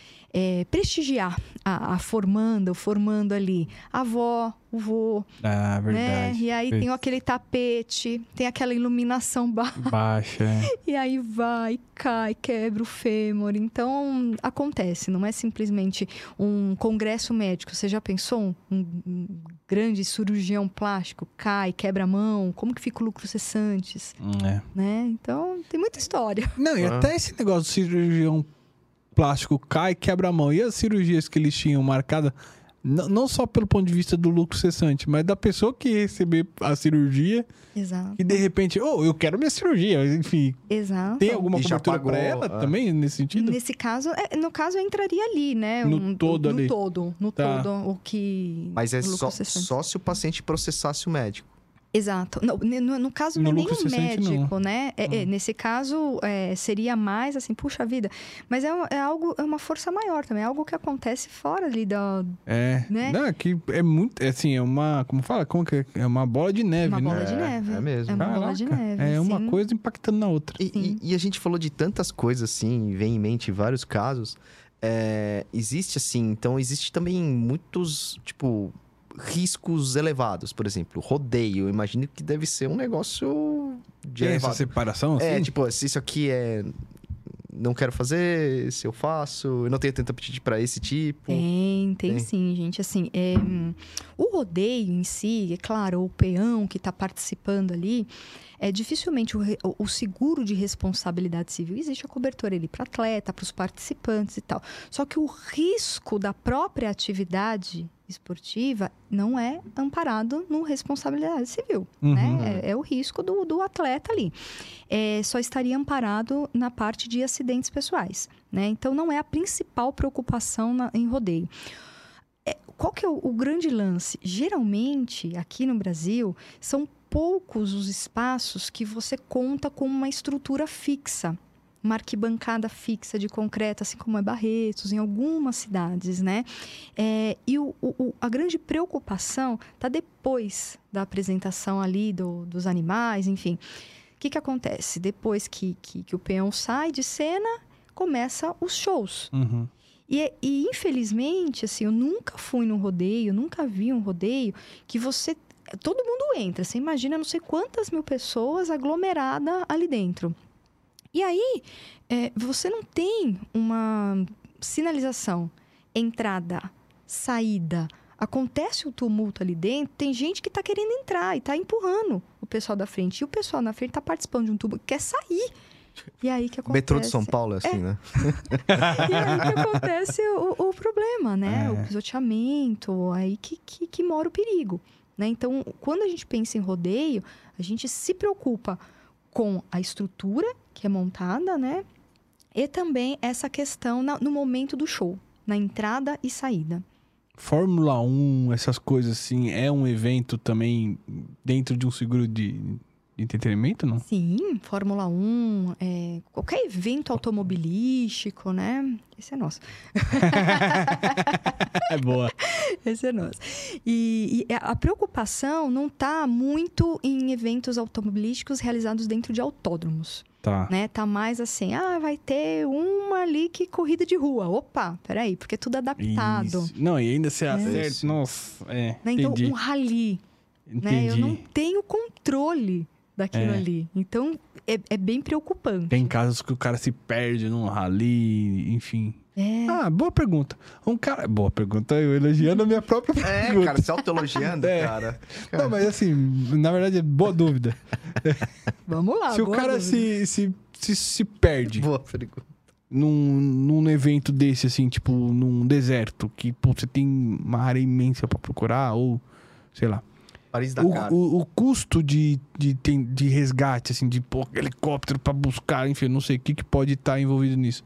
prestigiar o formando ali. A avó, o vô. Ah, verdade. Né? E aí tem aquele tapete, tem aquela iluminação baixa. e aí vai, cai, quebra o fêmur. Então, acontece. Não é simplesmente um congresso médico. Você já pensou? Um grande cirurgião plástico cai, quebra a mão. Como que fica o lucro cessantes? Né? Então, tem muita história. Não, e até esse negócio do cirurgião plástico cai, quebra a mão. E as cirurgias que eles tinham marcada, não só pelo ponto de vista do lucro cessante, mas da pessoa que receber a cirurgia. Exato. E de repente, eu quero minha cirurgia. Enfim, Exato. tem alguma E já cobertura pagou, pra ela também, nesse sentido? Nesse caso, no caso, eu entraria ali, né? No todo ali. No Tá. todo, o que... Mas é o lucro só cessante. se o paciente processasse o médico. Exato. No caso, No não é nem lucro o cessante, médico, né? Nesse caso, seria mais assim, puxa vida. Mas é uma força maior também. É algo que acontece fora ali da... Né? Não, que é muito... assim, é uma... Como fala? Como que é? É uma bola de neve, Uma né? bola de neve. É mesmo. É uma bola de Caraca, neve. é uma sim. coisa impactando na outra. E a gente falou de tantas coisas, assim, vem em mente vários casos. Existe, assim, então existe também muitos, tipo, riscos elevados. Por exemplo, rodeio. Eu imagino que deve ser um negócio de Tem essa elevado. separação, assim? Tipo, se isso aqui não quero fazer, se eu faço, eu não tenho tanto apetite pra esse tipo. Tem sim, gente. Assim, o rodeio em si, é claro, o peão que está participando ali, dificilmente o seguro de responsabilidade civil, existe a cobertura ali para atleta, para os participantes e tal. Só que o risco da própria atividade esportiva não é amparado no responsabilidade civil, né? É o risco do atleta ali. Só estaria amparado na parte de acidentes pessoais, né? Então, não é a principal preocupação em rodeio. Qual que é o grande lance? Geralmente, aqui no Brasil, são poucos os espaços que você conta com uma estrutura fixa, uma arquibancada fixa de concreto, assim como é Barretos, em algumas cidades, né? E a grande preocupação está depois da apresentação ali dos animais, enfim. O que acontece? Depois que o peão sai de cena, começa os shows. E infelizmente, assim, eu nunca fui num rodeio, nunca vi um rodeio que todo mundo entra. Você imagina não sei quantas mil pessoas aglomeradas ali dentro. E aí, você não tem uma sinalização, entrada, saída. Acontece o tumulto ali dentro, tem gente que está querendo entrar e está empurrando o pessoal da frente. E o pessoal na frente está participando de um tumulto, quer sair. E aí que acontece... Metrô de São Paulo é assim, né? E aí que acontece o problema, né? O pisoteamento, aí que mora o perigo, né? Então, quando a gente pensa em rodeio, a gente se preocupa com a estrutura que é montada, né? E também essa questão no momento do show, na entrada e saída. Fórmula 1, essas coisas assim, é um evento também dentro de um seguro de entretenimento, não? Sim, Fórmula 1, qualquer evento automobilístico, né? Esse é nosso. É boa. Esse é nosso. E a preocupação não está muito em eventos automobilísticos realizados dentro de autódromos. Tá. Né? Tá mais assim, vai ter uma ali que corrida de rua. Opa, peraí, porque é tudo adaptado. Isso. Não, e ainda se acerta, nossa, né? Então, um rally, né? Eu não tenho controle daquilo ali. Então, é bem preocupante. Tem casos que o cara se perde num rally, enfim. Boa pergunta. Boa pergunta, eu elogiando a minha própria pergunta. Cara, se auto-elogiando, cara. Não, mas assim, na verdade, é boa dúvida. Vamos lá, se o cara se perde boa pergunta. Num evento desse, assim, tipo, num deserto, que você tem uma área imensa pra procurar, ou, sei lá. Paris-Dakar. O custo de resgate, assim, de helicóptero pra buscar, enfim, eu não sei o que pode estar envolvido nisso.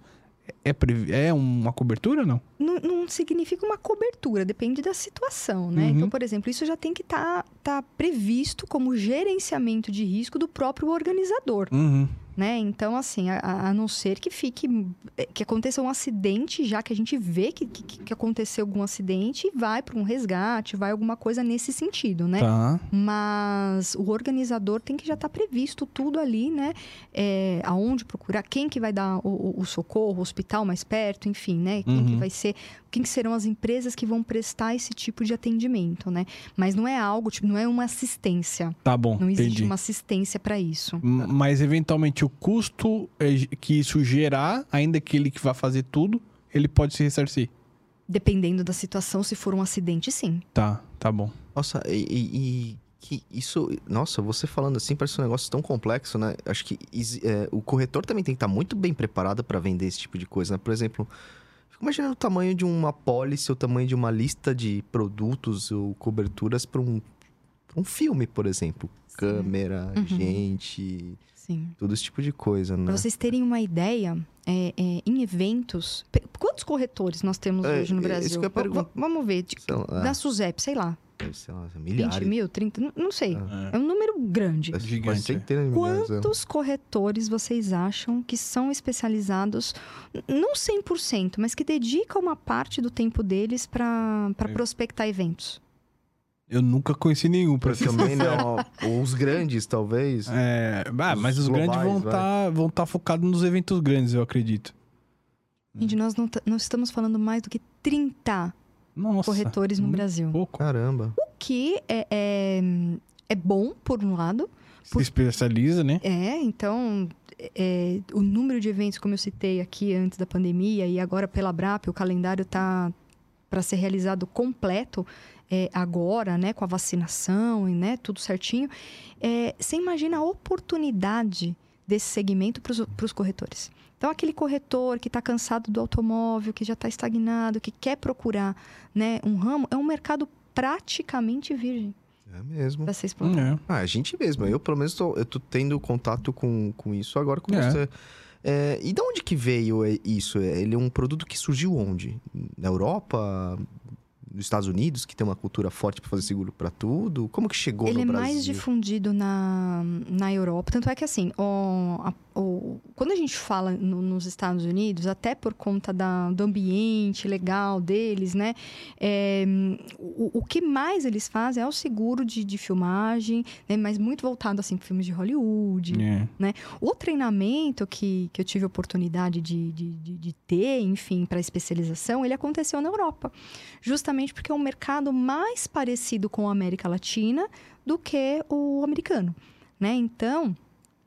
É uma cobertura, não? Não significa uma cobertura, depende da situação, né? Então, por exemplo, isso já tem que tá previsto como gerenciamento de risco do próprio organizador. Né? Então, assim, a não ser que aconteça um acidente, já que a gente vê que aconteceu algum acidente, vai para um resgate, vai alguma coisa nesse sentido, né? Tá. Mas o organizador tem que já estar previsto tudo ali, né? Aonde procurar, quem que vai dar o socorro, o hospital mais perto, enfim, né? Quem que vai ser, quem que serão as empresas que vão prestar esse tipo de atendimento, né? Mas não é algo, não é uma assistência. Tá bom, não existe entendi. uma assistência para isso. Mas, eventualmente, o custo que isso gerar, ainda que ele que vá fazer tudo, ele pode se ressarcir. Dependendo da situação, se for um acidente, sim. Tá bom. Nossa, que isso... Nossa, você falando assim parece um negócio tão complexo, né? Acho que o corretor também tem que estar muito bem preparado para vender esse tipo de coisa, né? Por exemplo, fico imaginando o tamanho de uma pólice, o tamanho de uma lista de produtos ou coberturas para um filme, por exemplo. Sim. Câmera, gente... Sim. Todo esse tipo de coisa, né? Para vocês terem uma ideia, em eventos... Quantos corretores nós temos hoje no Brasil? Isso que eu pergunto. Vamos ver. Da SUSEP, sei lá. Deve ser milhares. 20 mil, 30... Não sei. É um número grande. Gigante. Centenas de milhares. Quantos corretores vocês acham que são especializados, não 100%, mas que dedicam uma parte do tempo deles para prospectar eventos? Eu nunca conheci nenhum, pra ser também não. Os grandes, talvez. Mas os grandes vão estar focados nos eventos grandes, eu acredito. Gente, nós não estamos falando mais do que 30 corretores no Brasil. Pouco. Caramba. O que é bom, por um lado. Se especializa, né? Então... o número de eventos, como eu citei aqui antes da pandemia, e agora pela ABRAP, o calendário está para ser realizado completo agora, né, com a vacinação e né, tudo certinho. Você imagina a oportunidade desse segmento para os corretores. Então, aquele corretor que está cansado do automóvel, que já está estagnado, que quer procurar, né, um ramo, é um mercado praticamente virgem. É mesmo. Para ser explorado. A gente mesmo. Eu, pelo menos, eu tô tendo contato com isso agora com você. E de onde que veio isso? Ele é um produto que surgiu onde? Na Europa? Nos Estados Unidos, que tem uma cultura forte para fazer seguro para tudo? Como que chegou no Brasil? Ele é mais difundido na Europa. Tanto é que, assim, quando a gente fala nos Estados Unidos, até por conta do ambiente legal deles, né? O que mais eles fazem é o seguro de filmagem, né? Mas muito voltado, assim, para filmes de Hollywood, né? O treinamento que eu tive a oportunidade de ter, enfim, para especialização, ele aconteceu na Europa. Justamente porque é um mercado mais parecido com a América Latina do que o americano, né? Então,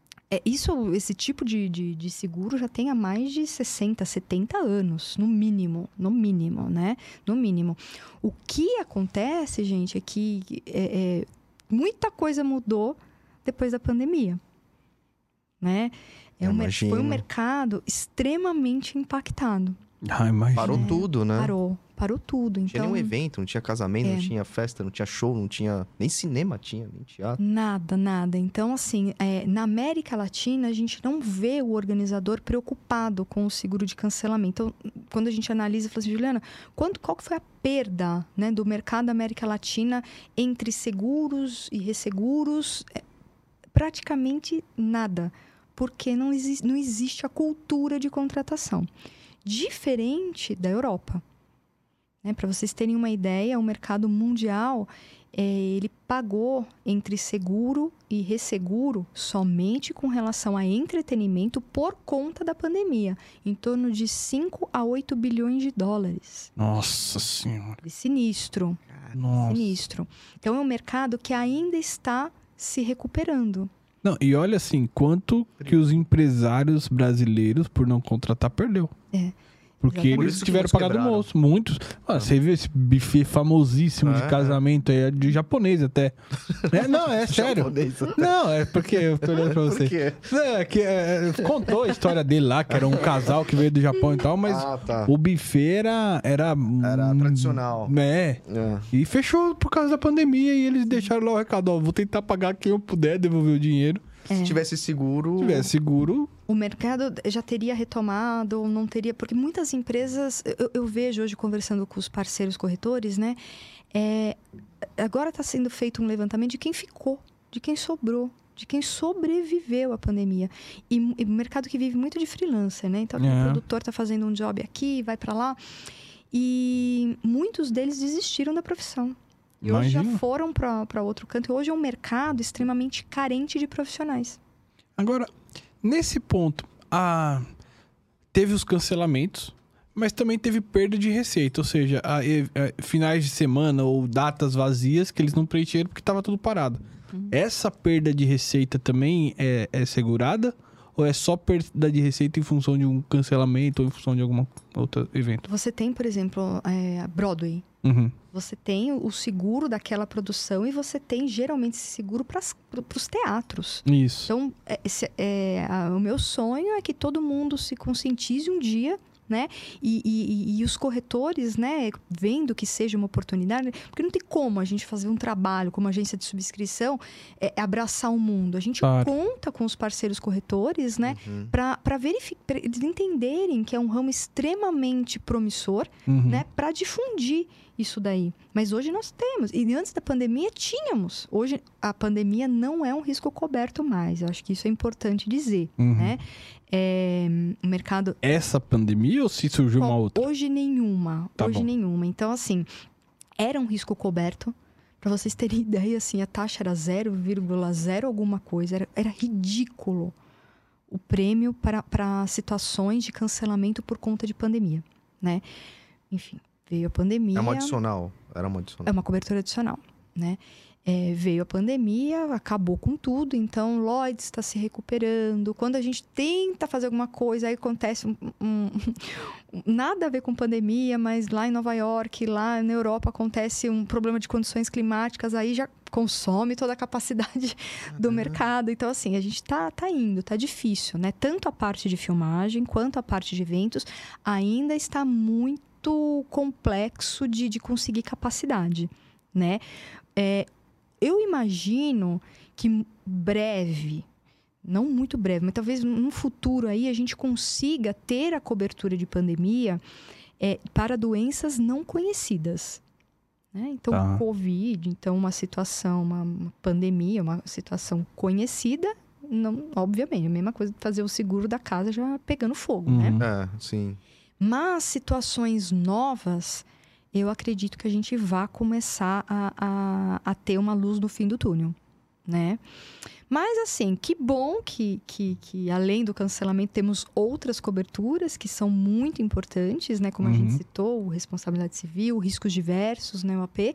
esse tipo de seguro já tem há mais de 60, 70 anos, no mínimo, né? No mínimo. O que acontece, gente, é que muita coisa mudou depois da pandemia, né? Foi um mercado extremamente impactado. Imagina. Parou tudo, né? Parou tudo. Não tinha nenhum evento, não tinha casamento, não tinha festa, não tinha show, não tinha... Nem cinema tinha, nem teatro. Nada. Então, assim, na América Latina, a gente não vê o organizador preocupado com o seguro de cancelamento. Então, quando a gente analisa, fala assim, Juliana, qual que foi a perda, né, do mercado da América Latina entre seguros e resseguros? Praticamente nada, porque não existe a cultura de contratação. Diferente da Europa. Para vocês terem uma ideia, o mercado mundial, ele pagou entre seguro e resseguro somente com relação a entretenimento por conta da pandemia, em torno de 5 a 8 bilhões de dólares. Nossa Senhora. Sinistro. Nossa. Sinistro. Então, é um mercado que ainda está se recuperando. Não, e olha assim, quanto que os empresários brasileiros, por não contratar, perdeu. Porque Exatamente. eles tiveram pagado moço. Muitos. Você viu esse buffet famosíssimo de casamento aí, de japonês até. Não, é sério. Não, é porque eu tô olhando pra você. Por quê? Contou a história dele lá, que era um casal que veio do Japão e tal, mas o buffet era tradicional. E fechou por causa da pandemia e eles deixaram lá o recado, ó, vou tentar pagar quem eu puder, devolver o dinheiro. Se tivesse seguro... O mercado já teria retomado, ou não teria... Porque muitas empresas... Eu vejo hoje, conversando com os parceiros corretores, né? Agora está sendo feito um levantamento de quem ficou, de quem sobrou, de quem sobreviveu à pandemia. E o mercado que vive muito de freelancer, né? Então, o produtor está fazendo um job aqui, vai para lá. E muitos deles desistiram da profissão. E hoje já foram para outro canto. E hoje é um mercado extremamente carente de profissionais. Agora, nesse ponto, teve os cancelamentos, mas também teve perda de receita. Ou seja, finais de semana ou datas vazias que eles não preencheram porque estava tudo parado. Essa perda de receita também é segurada? Ou é só perda de receita em função de um cancelamento ou em função de algum outro evento? Você tem, por exemplo, a Broadway. Você tem o seguro daquela produção e você tem, geralmente, esse seguro para os teatros. Isso. Então, o meu sonho é que todo mundo se conscientize um dia, né? E os corretores, né, vendo que seja uma oportunidade, porque não tem como a gente fazer um trabalho como agência de subscrição, abraçar o mundo. A gente conta com os parceiros corretores, né, para verificar, pra eles entenderem que é um ramo extremamente promissor, né, para difundir isso daí. Mas hoje nós temos, e antes da pandemia tínhamos. Hoje a pandemia não é um risco coberto mais. Eu acho que isso é importante dizer, né? O mercado... Essa pandemia ou se surgiu uma outra? Hoje nenhuma. Nenhuma. Então, assim, era um risco coberto. Para vocês terem ideia, assim, a taxa era 0,0 alguma coisa. Era ridículo o prêmio para situações de cancelamento por conta de pandemia, né? Enfim, veio a pandemia... Era uma adicional. É uma cobertura adicional. né? Veio a pandemia, acabou com tudo, então Lloyds está se recuperando. Quando a gente tenta fazer alguma coisa, aí acontece nada a ver com pandemia, mas lá em Nova York, lá na Europa acontece um problema de condições climáticas, aí já consome toda a capacidade do mercado. Então, assim, a gente tá indo, tá difícil, né? Tanto a parte de filmagem quanto a parte de eventos ainda está muito complexo de conseguir capacidade, né? Eu imagino que breve, não muito breve, mas talvez no futuro aí a gente consiga ter a cobertura de pandemia para doenças não conhecidas. Né? Então, Covid, então uma situação, uma pandemia, uma situação conhecida, não, obviamente, a mesma coisa de fazer o seguro da casa já pegando fogo, né? Sim. Mas situações novas, eu acredito que a gente vai começar a ter uma luz no fim do túnel, né? Mas, assim, que bom que além do cancelamento, temos outras coberturas que são muito importantes, né? Como a gente citou, responsabilidade civil, riscos diversos, né? O AP,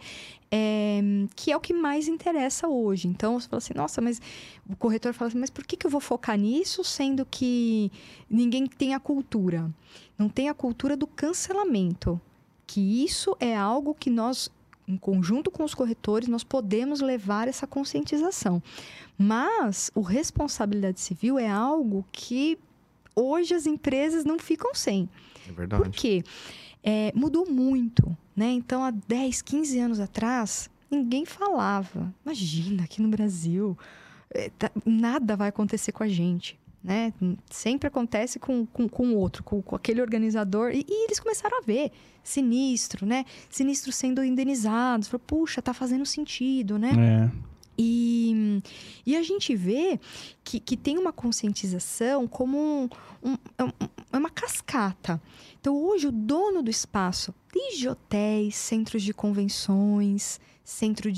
que é o que mais interessa hoje. Então, você fala assim, nossa, mas o corretor fala assim, mas por que eu vou focar nisso, sendo que ninguém tem a cultura? Não tem a cultura do cancelamento. Que isso é algo que nós, em conjunto com os corretores, nós podemos levar essa conscientização. Mas o responsabilidade civil é algo que hoje as empresas não ficam sem. É verdade. Por quê? Mudou muito, né? Então, há 10, 15 anos atrás, ninguém falava. Imagina, aqui no Brasil, nada vai acontecer com a gente. Né? Sempre acontece com o outro, com aquele organizador. E eles começaram a ver sinistro, né? Sinistro sendo indenizados. Falaram, puxa, tá fazendo sentido, né? E a gente vê que tem uma conscientização como uma cascata. Então, hoje, o dono do espaço, desde hotéis, centros de convenções, centro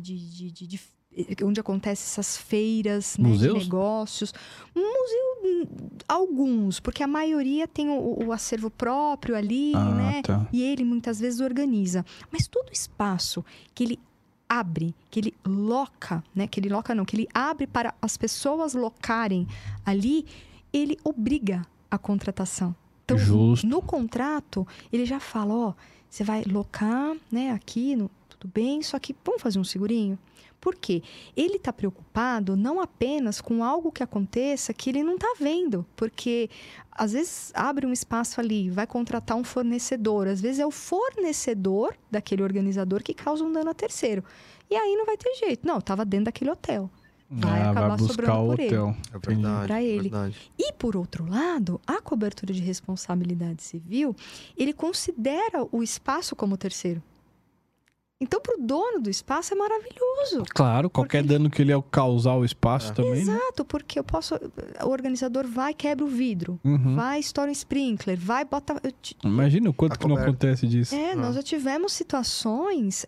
de onde acontecem essas feiras, né, de negócios. Museu, alguns, porque a maioria tem o acervo próprio ali, né? Tá. E ele muitas vezes organiza. Mas todo espaço que ele abre, que ele loca, né? Que ele loca não, que ele abre para as pessoas locarem ali, ele obriga a contratação. Então, no contrato, ele já fala, você vai locar, né, aqui, tudo bem, só que vamos fazer um segurinho? Por quê? Ele está preocupado não apenas com algo que aconteça que ele não está vendo. Porque, às vezes, abre um espaço ali, vai contratar um fornecedor. Às vezes, é o fornecedor daquele organizador que causa um dano a terceiro. E aí, não vai ter jeito. Não, estava dentro daquele hotel. Vai acabar sobrando por ele. É verdade, para ele. Verdade. E, por outro lado, a cobertura de responsabilidade civil, ele considera o espaço como terceiro. Então, para o dono do espaço é maravilhoso. Claro, qualquer dano que ele causar ao espaço também. Exato, porque o organizador vai, quebra o vidro, vai, estoura um sprinkler, vai, bota... Imagina o quanto que não acontece disso. Nós já tivemos situações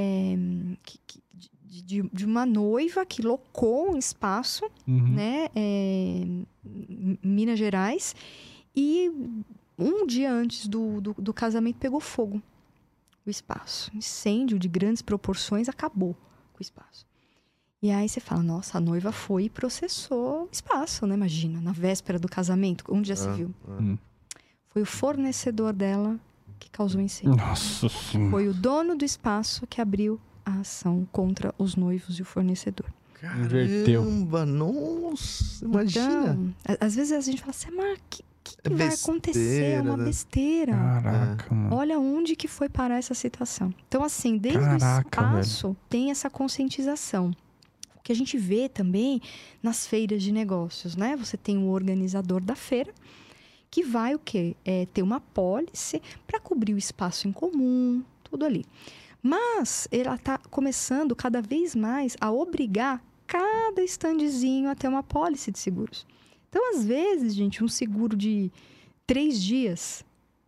de uma noiva que locou um espaço, né, em Minas Gerais, e um dia antes do casamento pegou fogo. O espaço. Incêndio de grandes proporções acabou com o espaço. E aí você fala, nossa, a noiva foi e processou o espaço, né? Imagina, na véspera do casamento, onde já se viu. Foi o fornecedor dela que causou o incêndio. Nossa Senhora. Foi o dono do espaço que abriu a ação contra os noivos e o fornecedor. Inverteu. Caramba, nossa, imagina. Então, às vezes a gente fala assim, mas que vai acontecer? É uma besteira. Caraca, mano. Olha onde que foi parar essa situação. Então, assim, desde o espaço tem essa conscientização. O que a gente vê também nas feiras de negócios, né? Você tem o organizador da feira, que vai o quê? Ter uma apólice para cobrir o espaço em comum, tudo ali. Mas ela está começando cada vez mais a obrigar cada standzinho a ter uma apólice de seguros. Então, às vezes, gente, um seguro de 3 dias,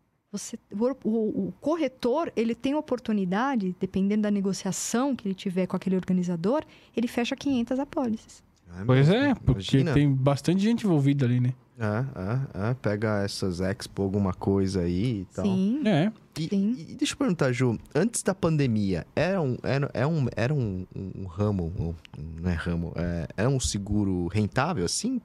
o corretor, ele tem a oportunidade, dependendo da negociação que ele tiver com aquele organizador, ele fecha 500 apólices. Pois porque tem bastante gente envolvida ali, né? Pega essas Expo, alguma coisa aí e tal. Sim. E deixa eu perguntar, Ju, antes da pandemia, era um ramo, não é ramo, era um seguro rentável, assim?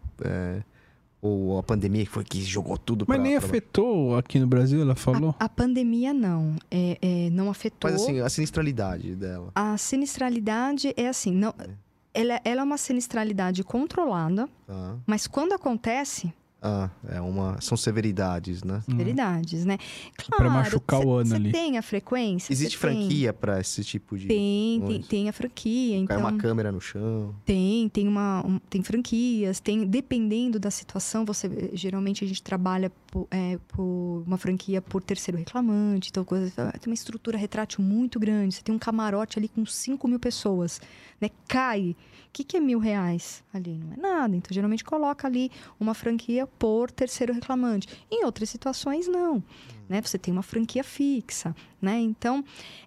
Ou a pandemia foi que jogou tudo Mas nem afetou aqui no Brasil, ela falou? A pandemia não. Não afetou. Mas assim, a sinistralidade dela. A sinistralidade é assim, não, ela é uma sinistralidade controlada, mas quando acontece... são severidades, né? Severidades, né? Claro, pra machucar o ano ali. Você tem a frequência? Existe franquia pra esse tipo de... Tem a franquia, então... Cai uma câmera no chão. Tem franquias, dependendo da situação, geralmente a gente trabalha por uma franquia por terceiro reclamante, então tem uma estrutura retrátil muito grande, você tem um camarote ali com 5.000 pessoas, né? Cai. O que é R$1.000 ali? Não é nada. Então, geralmente coloca ali uma franquia por terceiro reclamante. Em outras situações, não. Né? Você tem uma franquia fixa, né? Então,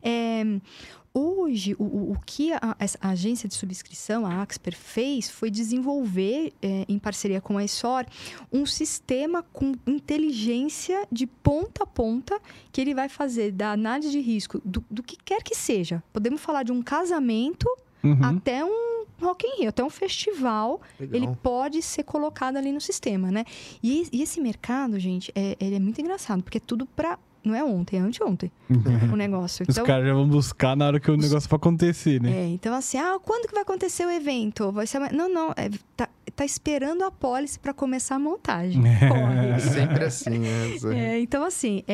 hoje, o que a agência de subscrição, a Axper, fez foi desenvolver, em parceria com a Essor, um sistema com inteligência de ponta a ponta que ele vai fazer da análise de risco do que quer que seja. Podemos falar de um casamento até um Rock in Rio, até um festival. Legal. Ele pode ser colocado ali no sistema, né? E esse mercado, gente, ele é muito engraçado, porque é tudo pra... Não é ontem, é anteontem o negócio. Os caras já vão buscar na hora que o negócio vai acontecer, né? Então assim, quando que vai acontecer o evento? Vai ser... Não, tá esperando a pólice para começar a montagem. É sempre assim, né? Então assim,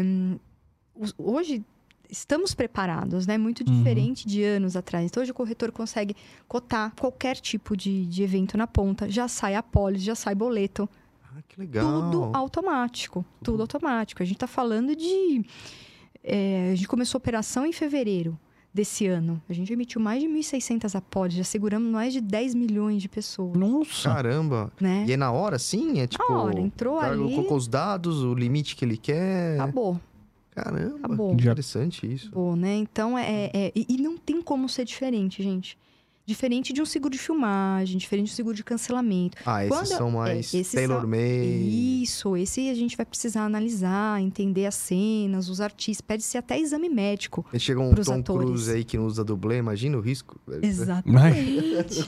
hoje... Estamos preparados, né? Muito diferente de anos atrás. Então, hoje o corretor consegue cotar qualquer tipo de evento na ponta. Já sai apólice, já sai boleto. Que legal. Tudo automático. Tudo automático. A gente está falando de... a gente começou a operação em fevereiro desse ano. A gente emitiu mais de 1.600 apólices. Já seguramos mais de 10 milhões de pessoas. Nossa! Caramba! Né? E é na hora, sim? É tipo... Na hora. Entrou ali... colocou os dados, o limite que ele quer... Acabou. Caramba, Acabou. Interessante isso. Acabou, né? Então, e não tem como ser diferente, gente. Diferente de um seguro de filmagem, diferente de um seguro de cancelamento. Esses são mais tailor-made. Isso, esse a gente vai precisar analisar, entender as cenas, os artistas. Pede-se até exame médico. E chega um Tom Cruise aí que não usa dublê, imagina o risco. Exatamente.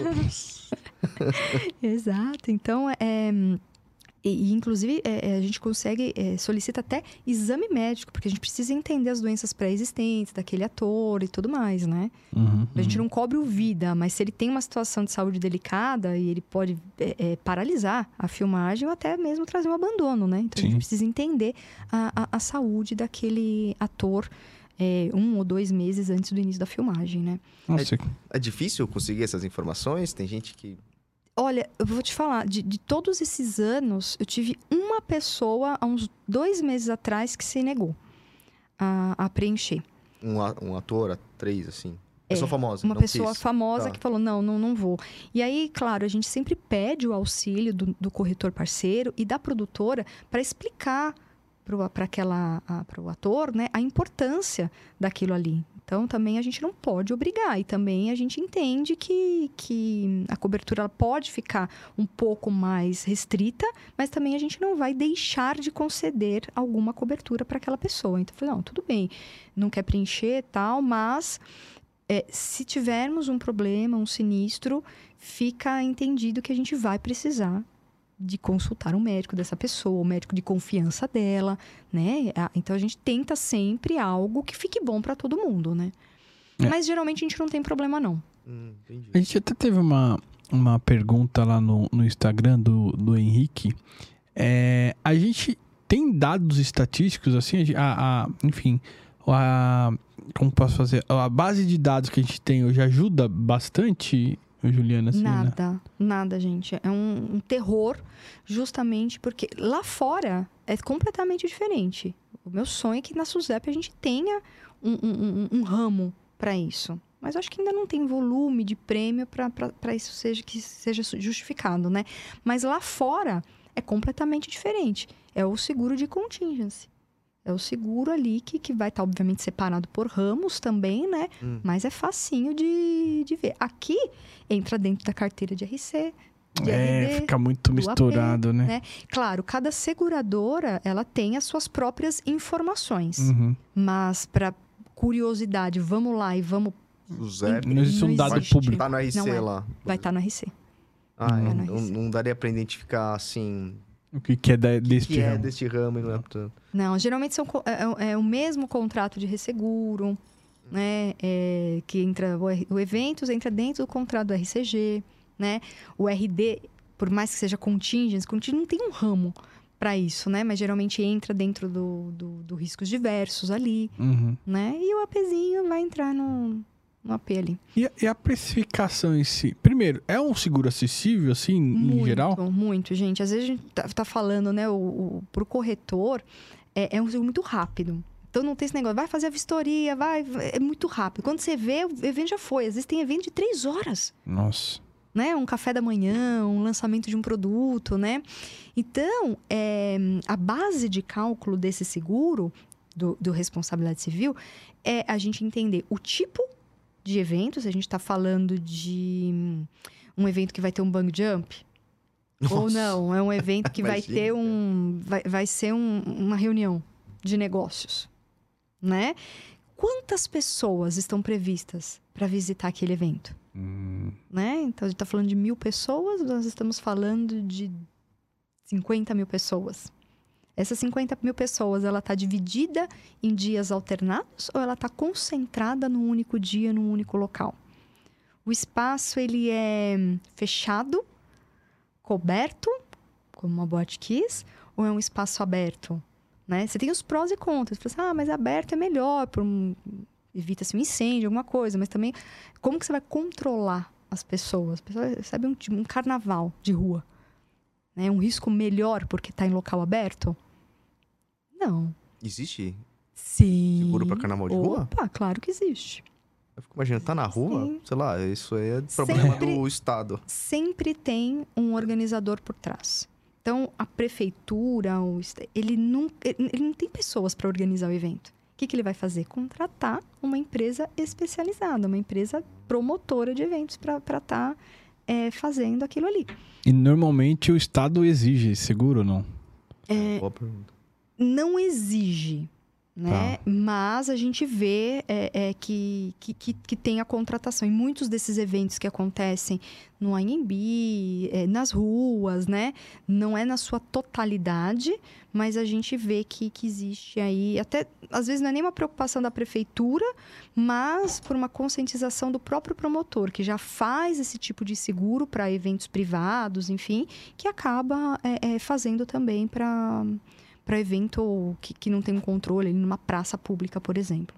Exato, então E inclusive, a gente solicita até exame médico, porque a gente precisa entender as doenças pré-existentes daquele ator e tudo mais, né? A gente não cobre o vida, mas se ele tem uma situação de saúde delicada, e ele pode paralisar a filmagem ou até mesmo trazer um abandono, né? Então, a gente precisa entender a saúde daquele ator 1 ou 2 meses antes do início da filmagem, né? É difícil conseguir essas informações? Tem gente que... Olha, eu vou te falar, de todos esses anos, eu tive uma pessoa, há uns 2 meses atrás, que se negou a preencher. Um ator, atriz, assim? Pessoa famosa, uma pessoa famosa que falou, não vou. E aí, claro, a gente sempre pede o auxílio do corretor parceiro e da produtora para explicar para o ator, né, a importância daquilo ali. Então, também a gente não pode obrigar. E também a gente entende que a cobertura ela pode ficar um pouco mais restrita, mas também a gente não vai deixar de conceder alguma cobertura para aquela pessoa. Então, eu falei, não, tudo bem, não quer preencher e tal, mas se tivermos um problema, um sinistro, fica entendido que a gente vai precisar de consultar um médico dessa pessoa, o médico de confiança dela, né? Então, a gente tenta sempre algo que fique bom para todo mundo, né? Mas, geralmente, a gente não tem problema, não. Entendi. A gente até teve uma pergunta lá no Instagram do Henrique. A gente tem dados estatísticos, assim, enfim, como posso fazer? A base de dados que a gente tem hoje ajuda bastante... Juliana, assim, Nada, gente. É um terror, justamente porque lá fora é completamente diferente. O meu sonho é que na SUSEP a gente tenha um ramo para isso. Mas eu acho que ainda não tem volume de prêmio para isso seja justificado, né? Mas lá fora é completamente diferente. É o seguro de contingency. É o seguro ali que vai estar, obviamente, separado por ramos também, né? Mas é facinho de ver. Aqui, entra dentro da carteira de RC, de RD, fica muito do misturado, AP, né? Claro, cada seguradora, ela tem as suas próprias informações. Uhum. Mas, para curiosidade, vamos lá e vamos... O Zé Não existe um dado existe. público. tá no RC Não é. lá. Vai estar no RC. Ah, Vai no não, RC. não daria pra identificar, assim, O que é deste que é ramo. deste ramo e não é tanto. Não, geralmente é o mesmo contrato de resseguro, né? Que entra o eventos entra dentro do contrato do RCG, né? O RD, por mais que seja contingente não tem um ramo para isso, né? Mas geralmente entra dentro do riscos diversos ali, Uhum. né? E o APzinho vai entrar no AP ali. E a precificação em si? Primeiro, é um seguro acessível, assim, em geral? Muito, gente. Às vezes a gente tá falando, né? Pro corretor, é um seguro muito rápido. Então não tem esse negócio, vai fazer a vistoria, é muito rápido. Quando você vê, o evento já foi. Às vezes tem evento de 3 horas. Nossa. Né? Um café da manhã, um lançamento de um produto, né? Então, a base de cálculo desse seguro, do responsabilidade civil, é a gente entender o tipo de evento. Se a gente está falando de um evento que vai ter um bang jump, ou não, é um evento que vai ter vai ser uma reunião de negócios, né? Quantas pessoas estão previstas para visitar aquele evento? Né? Então, a gente está falando de 1.000 pessoas, nós estamos falando de 50 mil pessoas. Essas 50 mil pessoas, ela está dividida em dias alternados ou ela está concentrada num único dia, num único local? O espaço, ele é fechado, coberto, como uma boate kiss, ou é um espaço aberto? Né? Você tem os prós e contras. Você fala assim, mas aberto é melhor, evita-se um incêndio, alguma coisa. Mas também, como que você vai controlar as pessoas? As pessoas recebem um carnaval de rua. É um risco melhor porque está em local aberto? Não. Existe Sim. seguro pra carnaval de rua? Opa, claro que existe. Eu fico imaginando, tá na rua? Sim. Sei lá, isso aí é problema do Estado. Sempre tem um organizador por trás. Então, a prefeitura, ele não tem pessoas para organizar o evento. O que ele vai fazer? Contratar uma empresa especializada, uma empresa promotora de eventos para estar fazendo aquilo ali. E normalmente o Estado exige seguro ou não? Boa pergunta. Não exige, né? Tá. Mas a gente vê que tem a contratação. Em muitos desses eventos que acontecem no ANB, nas ruas, né? Não é na sua totalidade, mas a gente vê que existe aí... Até, às vezes, não é nem uma preocupação da prefeitura, mas por uma conscientização do próprio promotor, que já faz esse tipo de seguro para eventos privados, enfim, que acaba fazendo também para evento que não tem um controle, numa praça pública, por exemplo.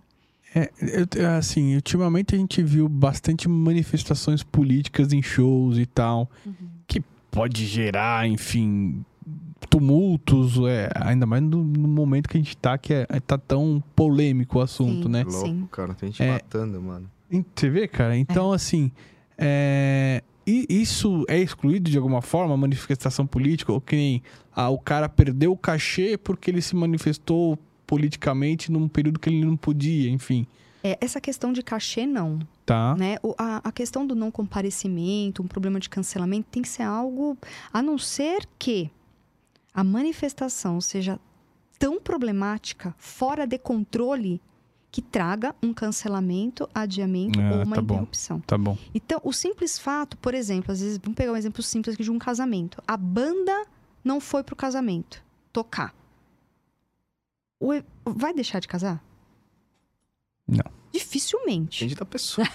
Assim, ultimamente a gente viu bastante manifestações políticas em shows e tal, que pode gerar, enfim, tumultos, ainda mais no momento que a gente tá, que tá tão polêmico o assunto, Sim. né? Louco, cara. Tem gente matando, mano. Você vê, cara? Então, assim, e isso é excluído de alguma forma, a manifestação política? Ou que nem o cara perdeu o cachê porque ele se manifestou politicamente num período que ele não podia, enfim. Essa questão de cachê, não. Tá. Né? A questão do não comparecimento, um problema de cancelamento, tem que ser algo... A não ser que a manifestação seja tão problemática, fora de controle, que traga um cancelamento, adiamento ou uma interrupção. Tá bom. Então, o simples fato, por exemplo, às vezes, vamos pegar um exemplo simples aqui de um casamento. A banda não foi pro casamento tocar. Vai deixar de casar? Não. Dificilmente. Depende da pessoa.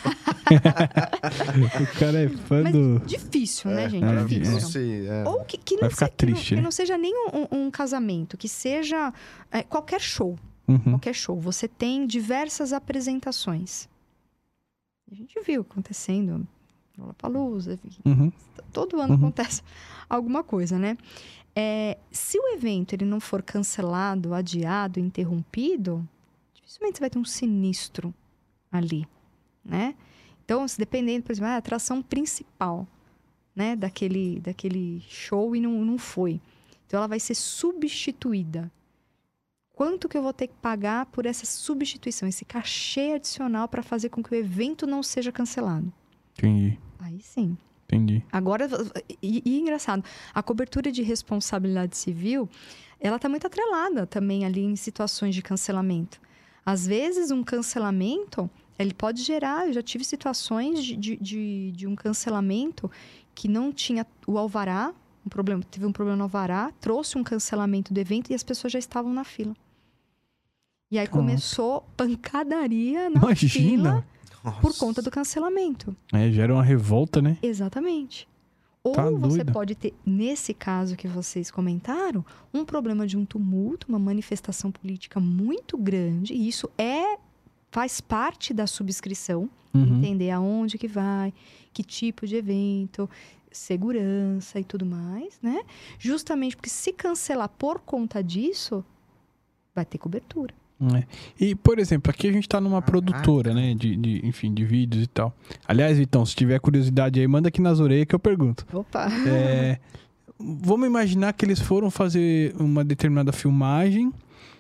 O cara é fã Mas do... difícil, né, gente? Difícil. Não sei. Ou que não Vai ficar triste, que né? não seja nem um casamento, que seja qualquer show. Uhum. Qualquer show. Você tem diversas apresentações. A gente viu acontecendo. Lollapalooza, Uhum. todo ano acontece alguma coisa, né? Se o evento ele não for cancelado, adiado, interrompido, dificilmente você vai ter um sinistro ali, né? Então, se dependendo, por exemplo, a atração principal, né, daquele show e não foi. Então, ela vai ser substituída. Quanto que eu vou ter que pagar por essa substituição, esse cachê adicional para fazer com que o evento não seja cancelado? Entendi. Aí sim. Entendi. Agora, e engraçado, a cobertura de responsabilidade civil, ela está muito atrelada também ali em situações de cancelamento. Às vezes, um cancelamento, ele pode gerar... Eu já tive situações de um cancelamento que não tinha o alvará, teve um problema no alvará, trouxe um cancelamento do evento e as pessoas já estavam na fila. E aí começou pancadaria na fila por conta do cancelamento. Gera uma revolta, né? Exatamente. Ou você pode ter, nesse caso que vocês comentaram, um problema de um tumulto, uma manifestação política muito grande. E isso faz parte da subscrição. Entender aonde que vai, que tipo de evento, segurança e tudo mais, né? Justamente porque se cancelar por conta disso, vai ter cobertura. E, por exemplo, aqui a gente tá numa produtora, né? Enfim, de vídeos e tal. Aliás, Vitão, se tiver curiosidade aí, manda aqui nas orelhas que eu pergunto. Opa! Vamos imaginar que eles foram fazer uma determinada filmagem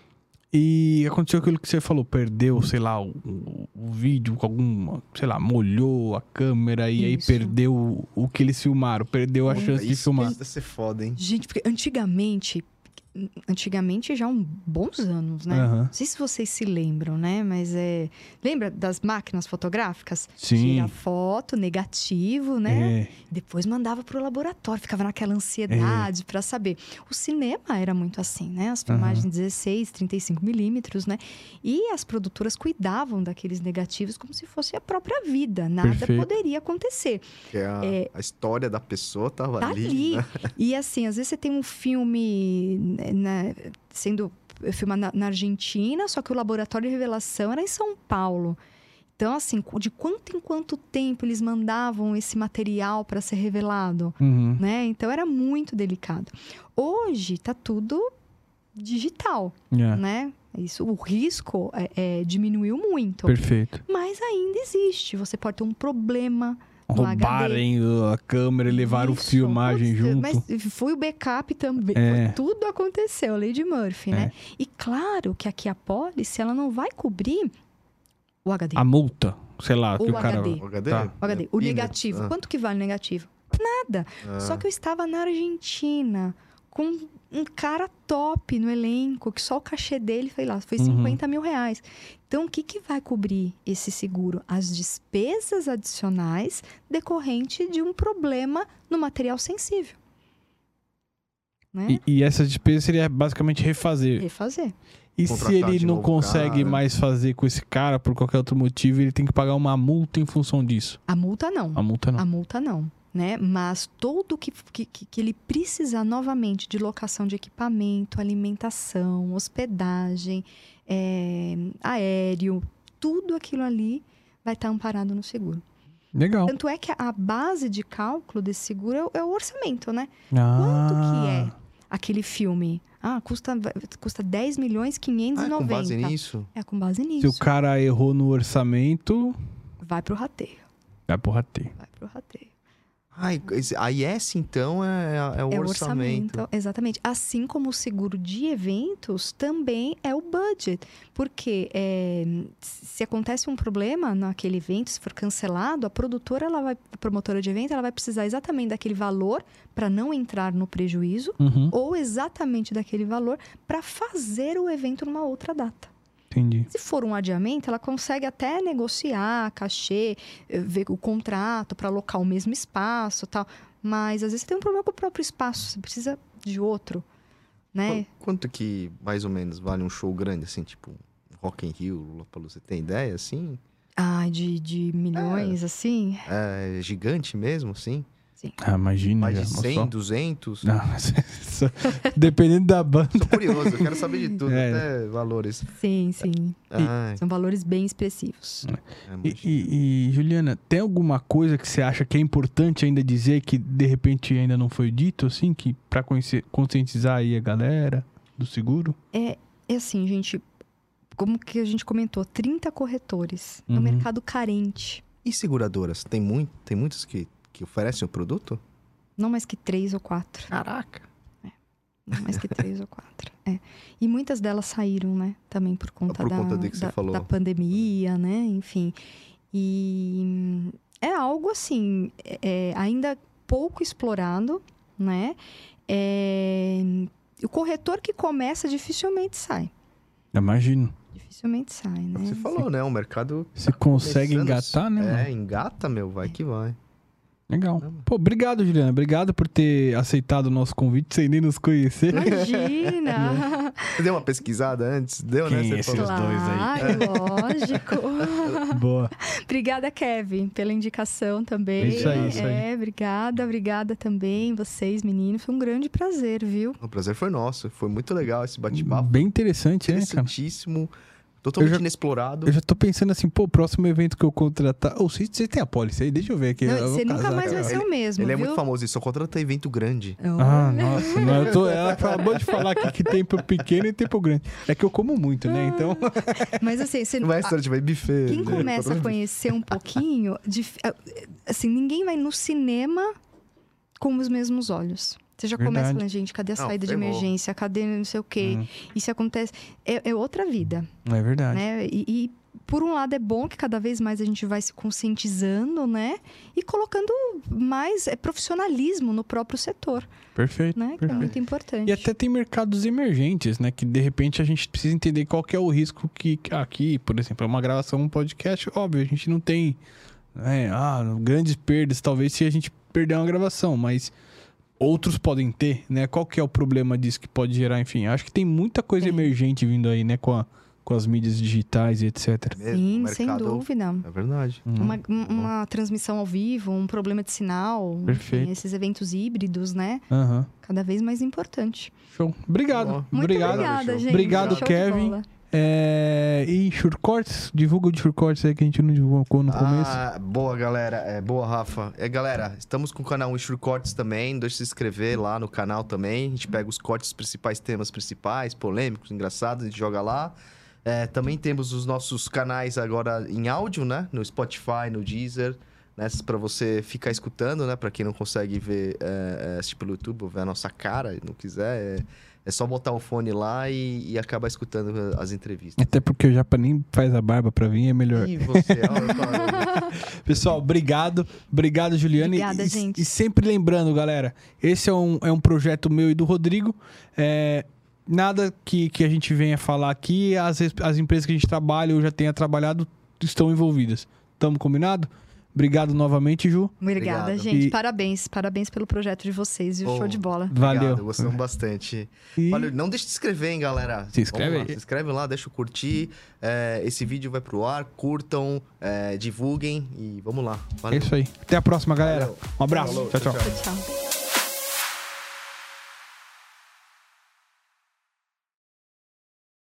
e aconteceu aquilo que você falou, perdeu, sei lá, o vídeo com alguma, sei lá, molhou a câmera e aí perdeu o que eles filmaram, perdeu a chance de filmar. Isso deve ser foda, hein? Gente, porque antigamente já há bons anos, né? Não sei se vocês se lembram, né? Mas lembra das máquinas fotográficas? Sim. Tira foto, negativo, né? Depois mandava pro laboratório, ficava naquela ansiedade para saber. O cinema era muito assim, né? As filmagens 16, 35 milímetros, né? E as produtoras cuidavam daqueles negativos como se fosse a própria vida. Nada poderia acontecer. Porque a história da pessoa tava ali. Né? E assim, às vezes você tem um filme... sendo filmado na Argentina, só que o laboratório de revelação era em São Paulo. Então, assim, de quanto em quanto tempo eles mandavam esse material para ser revelado, né? Então, era muito delicado. Hoje, tá tudo digital, né? Isso, o risco diminuiu muito. Perfeito. Mas ainda existe. Você pode ter um problema... Roubarem a câmera e levaram a filmagem junto. Mas foi o backup também. Tudo aconteceu, Lei de Murphy, né? E claro que aqui a pólice, ela não vai cobrir o HD. A multa, sei lá. Ou que o cara... HD. O HD. O negativo. Quanto que vale o negativo? Nada. Só que eu estava na Argentina com um cara top no elenco, que só o cachê dele foi 50 mil reais. Então, o que vai cobrir esse seguro? As despesas adicionais decorrentes de um problema no material sensível. Né? E essas despesas seria basicamente refazer. E se ele não consegue mais fazer com esse cara por qualquer outro motivo, ele tem que pagar uma multa em função disso? A multa não. A multa não. Né? Mas tudo que ele precisar novamente de locação de equipamento, alimentação, hospedagem, aéreo, tudo aquilo ali vai estar amparado no seguro. Legal. Tanto é que a base de cálculo desse seguro é o orçamento, né? Quanto que é aquele filme? Custa 10 milhões 590. Com base nisso? Com base nisso. Se o cara errou no orçamento... Vai pro rateio. A IS, então, é o orçamento. Exatamente. Assim como o seguro de eventos, também é o budget. Porque se acontece um problema naquele evento, se for cancelado, a promotora de evento, ela vai precisar exatamente daquele valor para não entrar no prejuízo, ou exatamente daquele valor para fazer o evento numa outra data. Entendi. Se for um adiamento, ela consegue até negociar cachê, ver o contrato para alocar o mesmo espaço e tal. Mas às vezes você tem um problema com o próprio espaço, você precisa de outro, né? Quanto que mais ou menos vale um show grande, assim, tipo Rock in Rio, Lollapalooza? Você tem ideia, assim? De milhões, assim? É gigante mesmo, assim? Sim. Imagina. Mais de 100, 200? Não, dependendo da banda. Sou curioso, eu quero saber de tudo, até valores. Sim. São valores bem expressivos. E, Juliana, tem alguma coisa que você acha que é importante ainda dizer que de repente ainda não foi dito, assim, que para conscientizar aí a galera do seguro? É assim, gente, como que a gente comentou, 30 corretores no mercado carente. E seguradoras? Tem muitas que oferecem o produto? Não mais que 3 ou 4. Caraca! Não mais que 3 ou 4. E muitas delas saíram, né? Também por conta do que você falou. da pandemia, né? Enfim. E é algo assim, ainda pouco explorado, né? O corretor que começa dificilmente sai. Imagino. Dificilmente sai, né? Você falou, né? O mercado... Você consegue engatar, né, mano? Engata, meu. Vai que vai. Legal. Pô, obrigado, Juliana. Obrigado por ter aceitado o nosso convite sem nem nos conhecer. Imagina! Você deu uma pesquisada antes? Deu, Quem né? é Você esses falou. dois aí? Lógico. Boa. Obrigada, Kevin, pela indicação também. Isso aí. Obrigada também, vocês, meninos. Foi um grande prazer, viu? O prazer foi nosso. Foi muito legal esse bate-papo. Bem interessante, né, cara? Interessantíssimo. Totalmente inexplorado. Eu já tô pensando assim, pô, o próximo evento que eu contratar... Você tem a pólice aí? Deixa eu ver aqui. Não, Eu vou você nunca casar, mais cara. vai ser o mesmo, Ele é viu? muito famoso, ele só contrata evento grande. Ah, nossa. Não, ela acabou de falar aqui que tempo pequeno e tempo grande. É que eu como muito, né? Então... Mas assim, você Não é restaurante, vai buffet. quem começa a conhecer um pouquinho, assim, ninguém vai no cinema com os mesmos olhos. Você já começa Verdade. falando, gente, cadê a saída de ferrou. emergência? Cadê não sei o quê? Isso acontece... É outra vida, É verdade. né? E, por um lado, é bom que cada vez mais a gente vai se conscientizando, né? E colocando mais profissionalismo no próprio setor, Perfeito. né? Que é perfeito. muito importante. E até tem mercados emergentes, né? Que de repente a gente precisa entender qual que é o risco que aqui, por exemplo, é uma gravação, um podcast, óbvio, a gente não tem grandes perdas, talvez, se a gente perder uma gravação, mas outros podem ter, né? Qual que é o problema disso que pode gerar, enfim. Acho que tem muita coisa emergente vindo aí, né? Com as mídias digitais e etc. Sim, sem dúvida. É verdade. Uma transmissão ao vivo, um problema de sinal. Perfeito. Enfim, esses eventos híbridos, né? Aham. Cada vez mais importante. Show. Obrigado. Bom. Muito obrigada, gente. Obrigado, Show de Kevin. bola. E Surecortes? Divulga o de Surecortes aí que a gente não divulgou no começo. Boa, galera. Boa, Rafa. Galera, estamos com o canal Ensure Cortes também. Não deixe de se inscrever lá no canal também. A gente pega os cortes principais, temas principais, polêmicos, engraçados, a gente joga lá. Também temos os nossos canais agora em áudio, né? No Spotify, no Deezer, né? Para você ficar escutando, né? Para quem não consegue ver, assistir pelo YouTube, ou ver a nossa cara, não quiser, é só botar o fone lá e acabar escutando as entrevistas. Até porque o Japa nem faz a barba pra vir, é melhor. E você? Pessoal, obrigado. Obrigado, Juliana. Obrigada, gente. E sempre lembrando, galera, esse é um projeto meu e do Rodrigo. Nada que a gente venha falar aqui, as empresas que a gente trabalha ou já tenha trabalhado estão envolvidas. Tamo combinado? Obrigado novamente, Ju. Obrigada, Obrigado. gente. Parabéns pelo projeto de vocês, viu? Show de bola. Valeu. Obrigado, gostamos bastante. E- Olha, não deixe de se inscrever, hein, galera. Se inscreve Vamos lá, aí. se inscreve lá, deixa eu curtir. Esse vídeo vai pro ar, curtam, divulguem e vamos lá. É Valeu. isso aí. Até a próxima, galera. Valeu. Um abraço. Falou, Tchau, tchau. tchau. Tchau.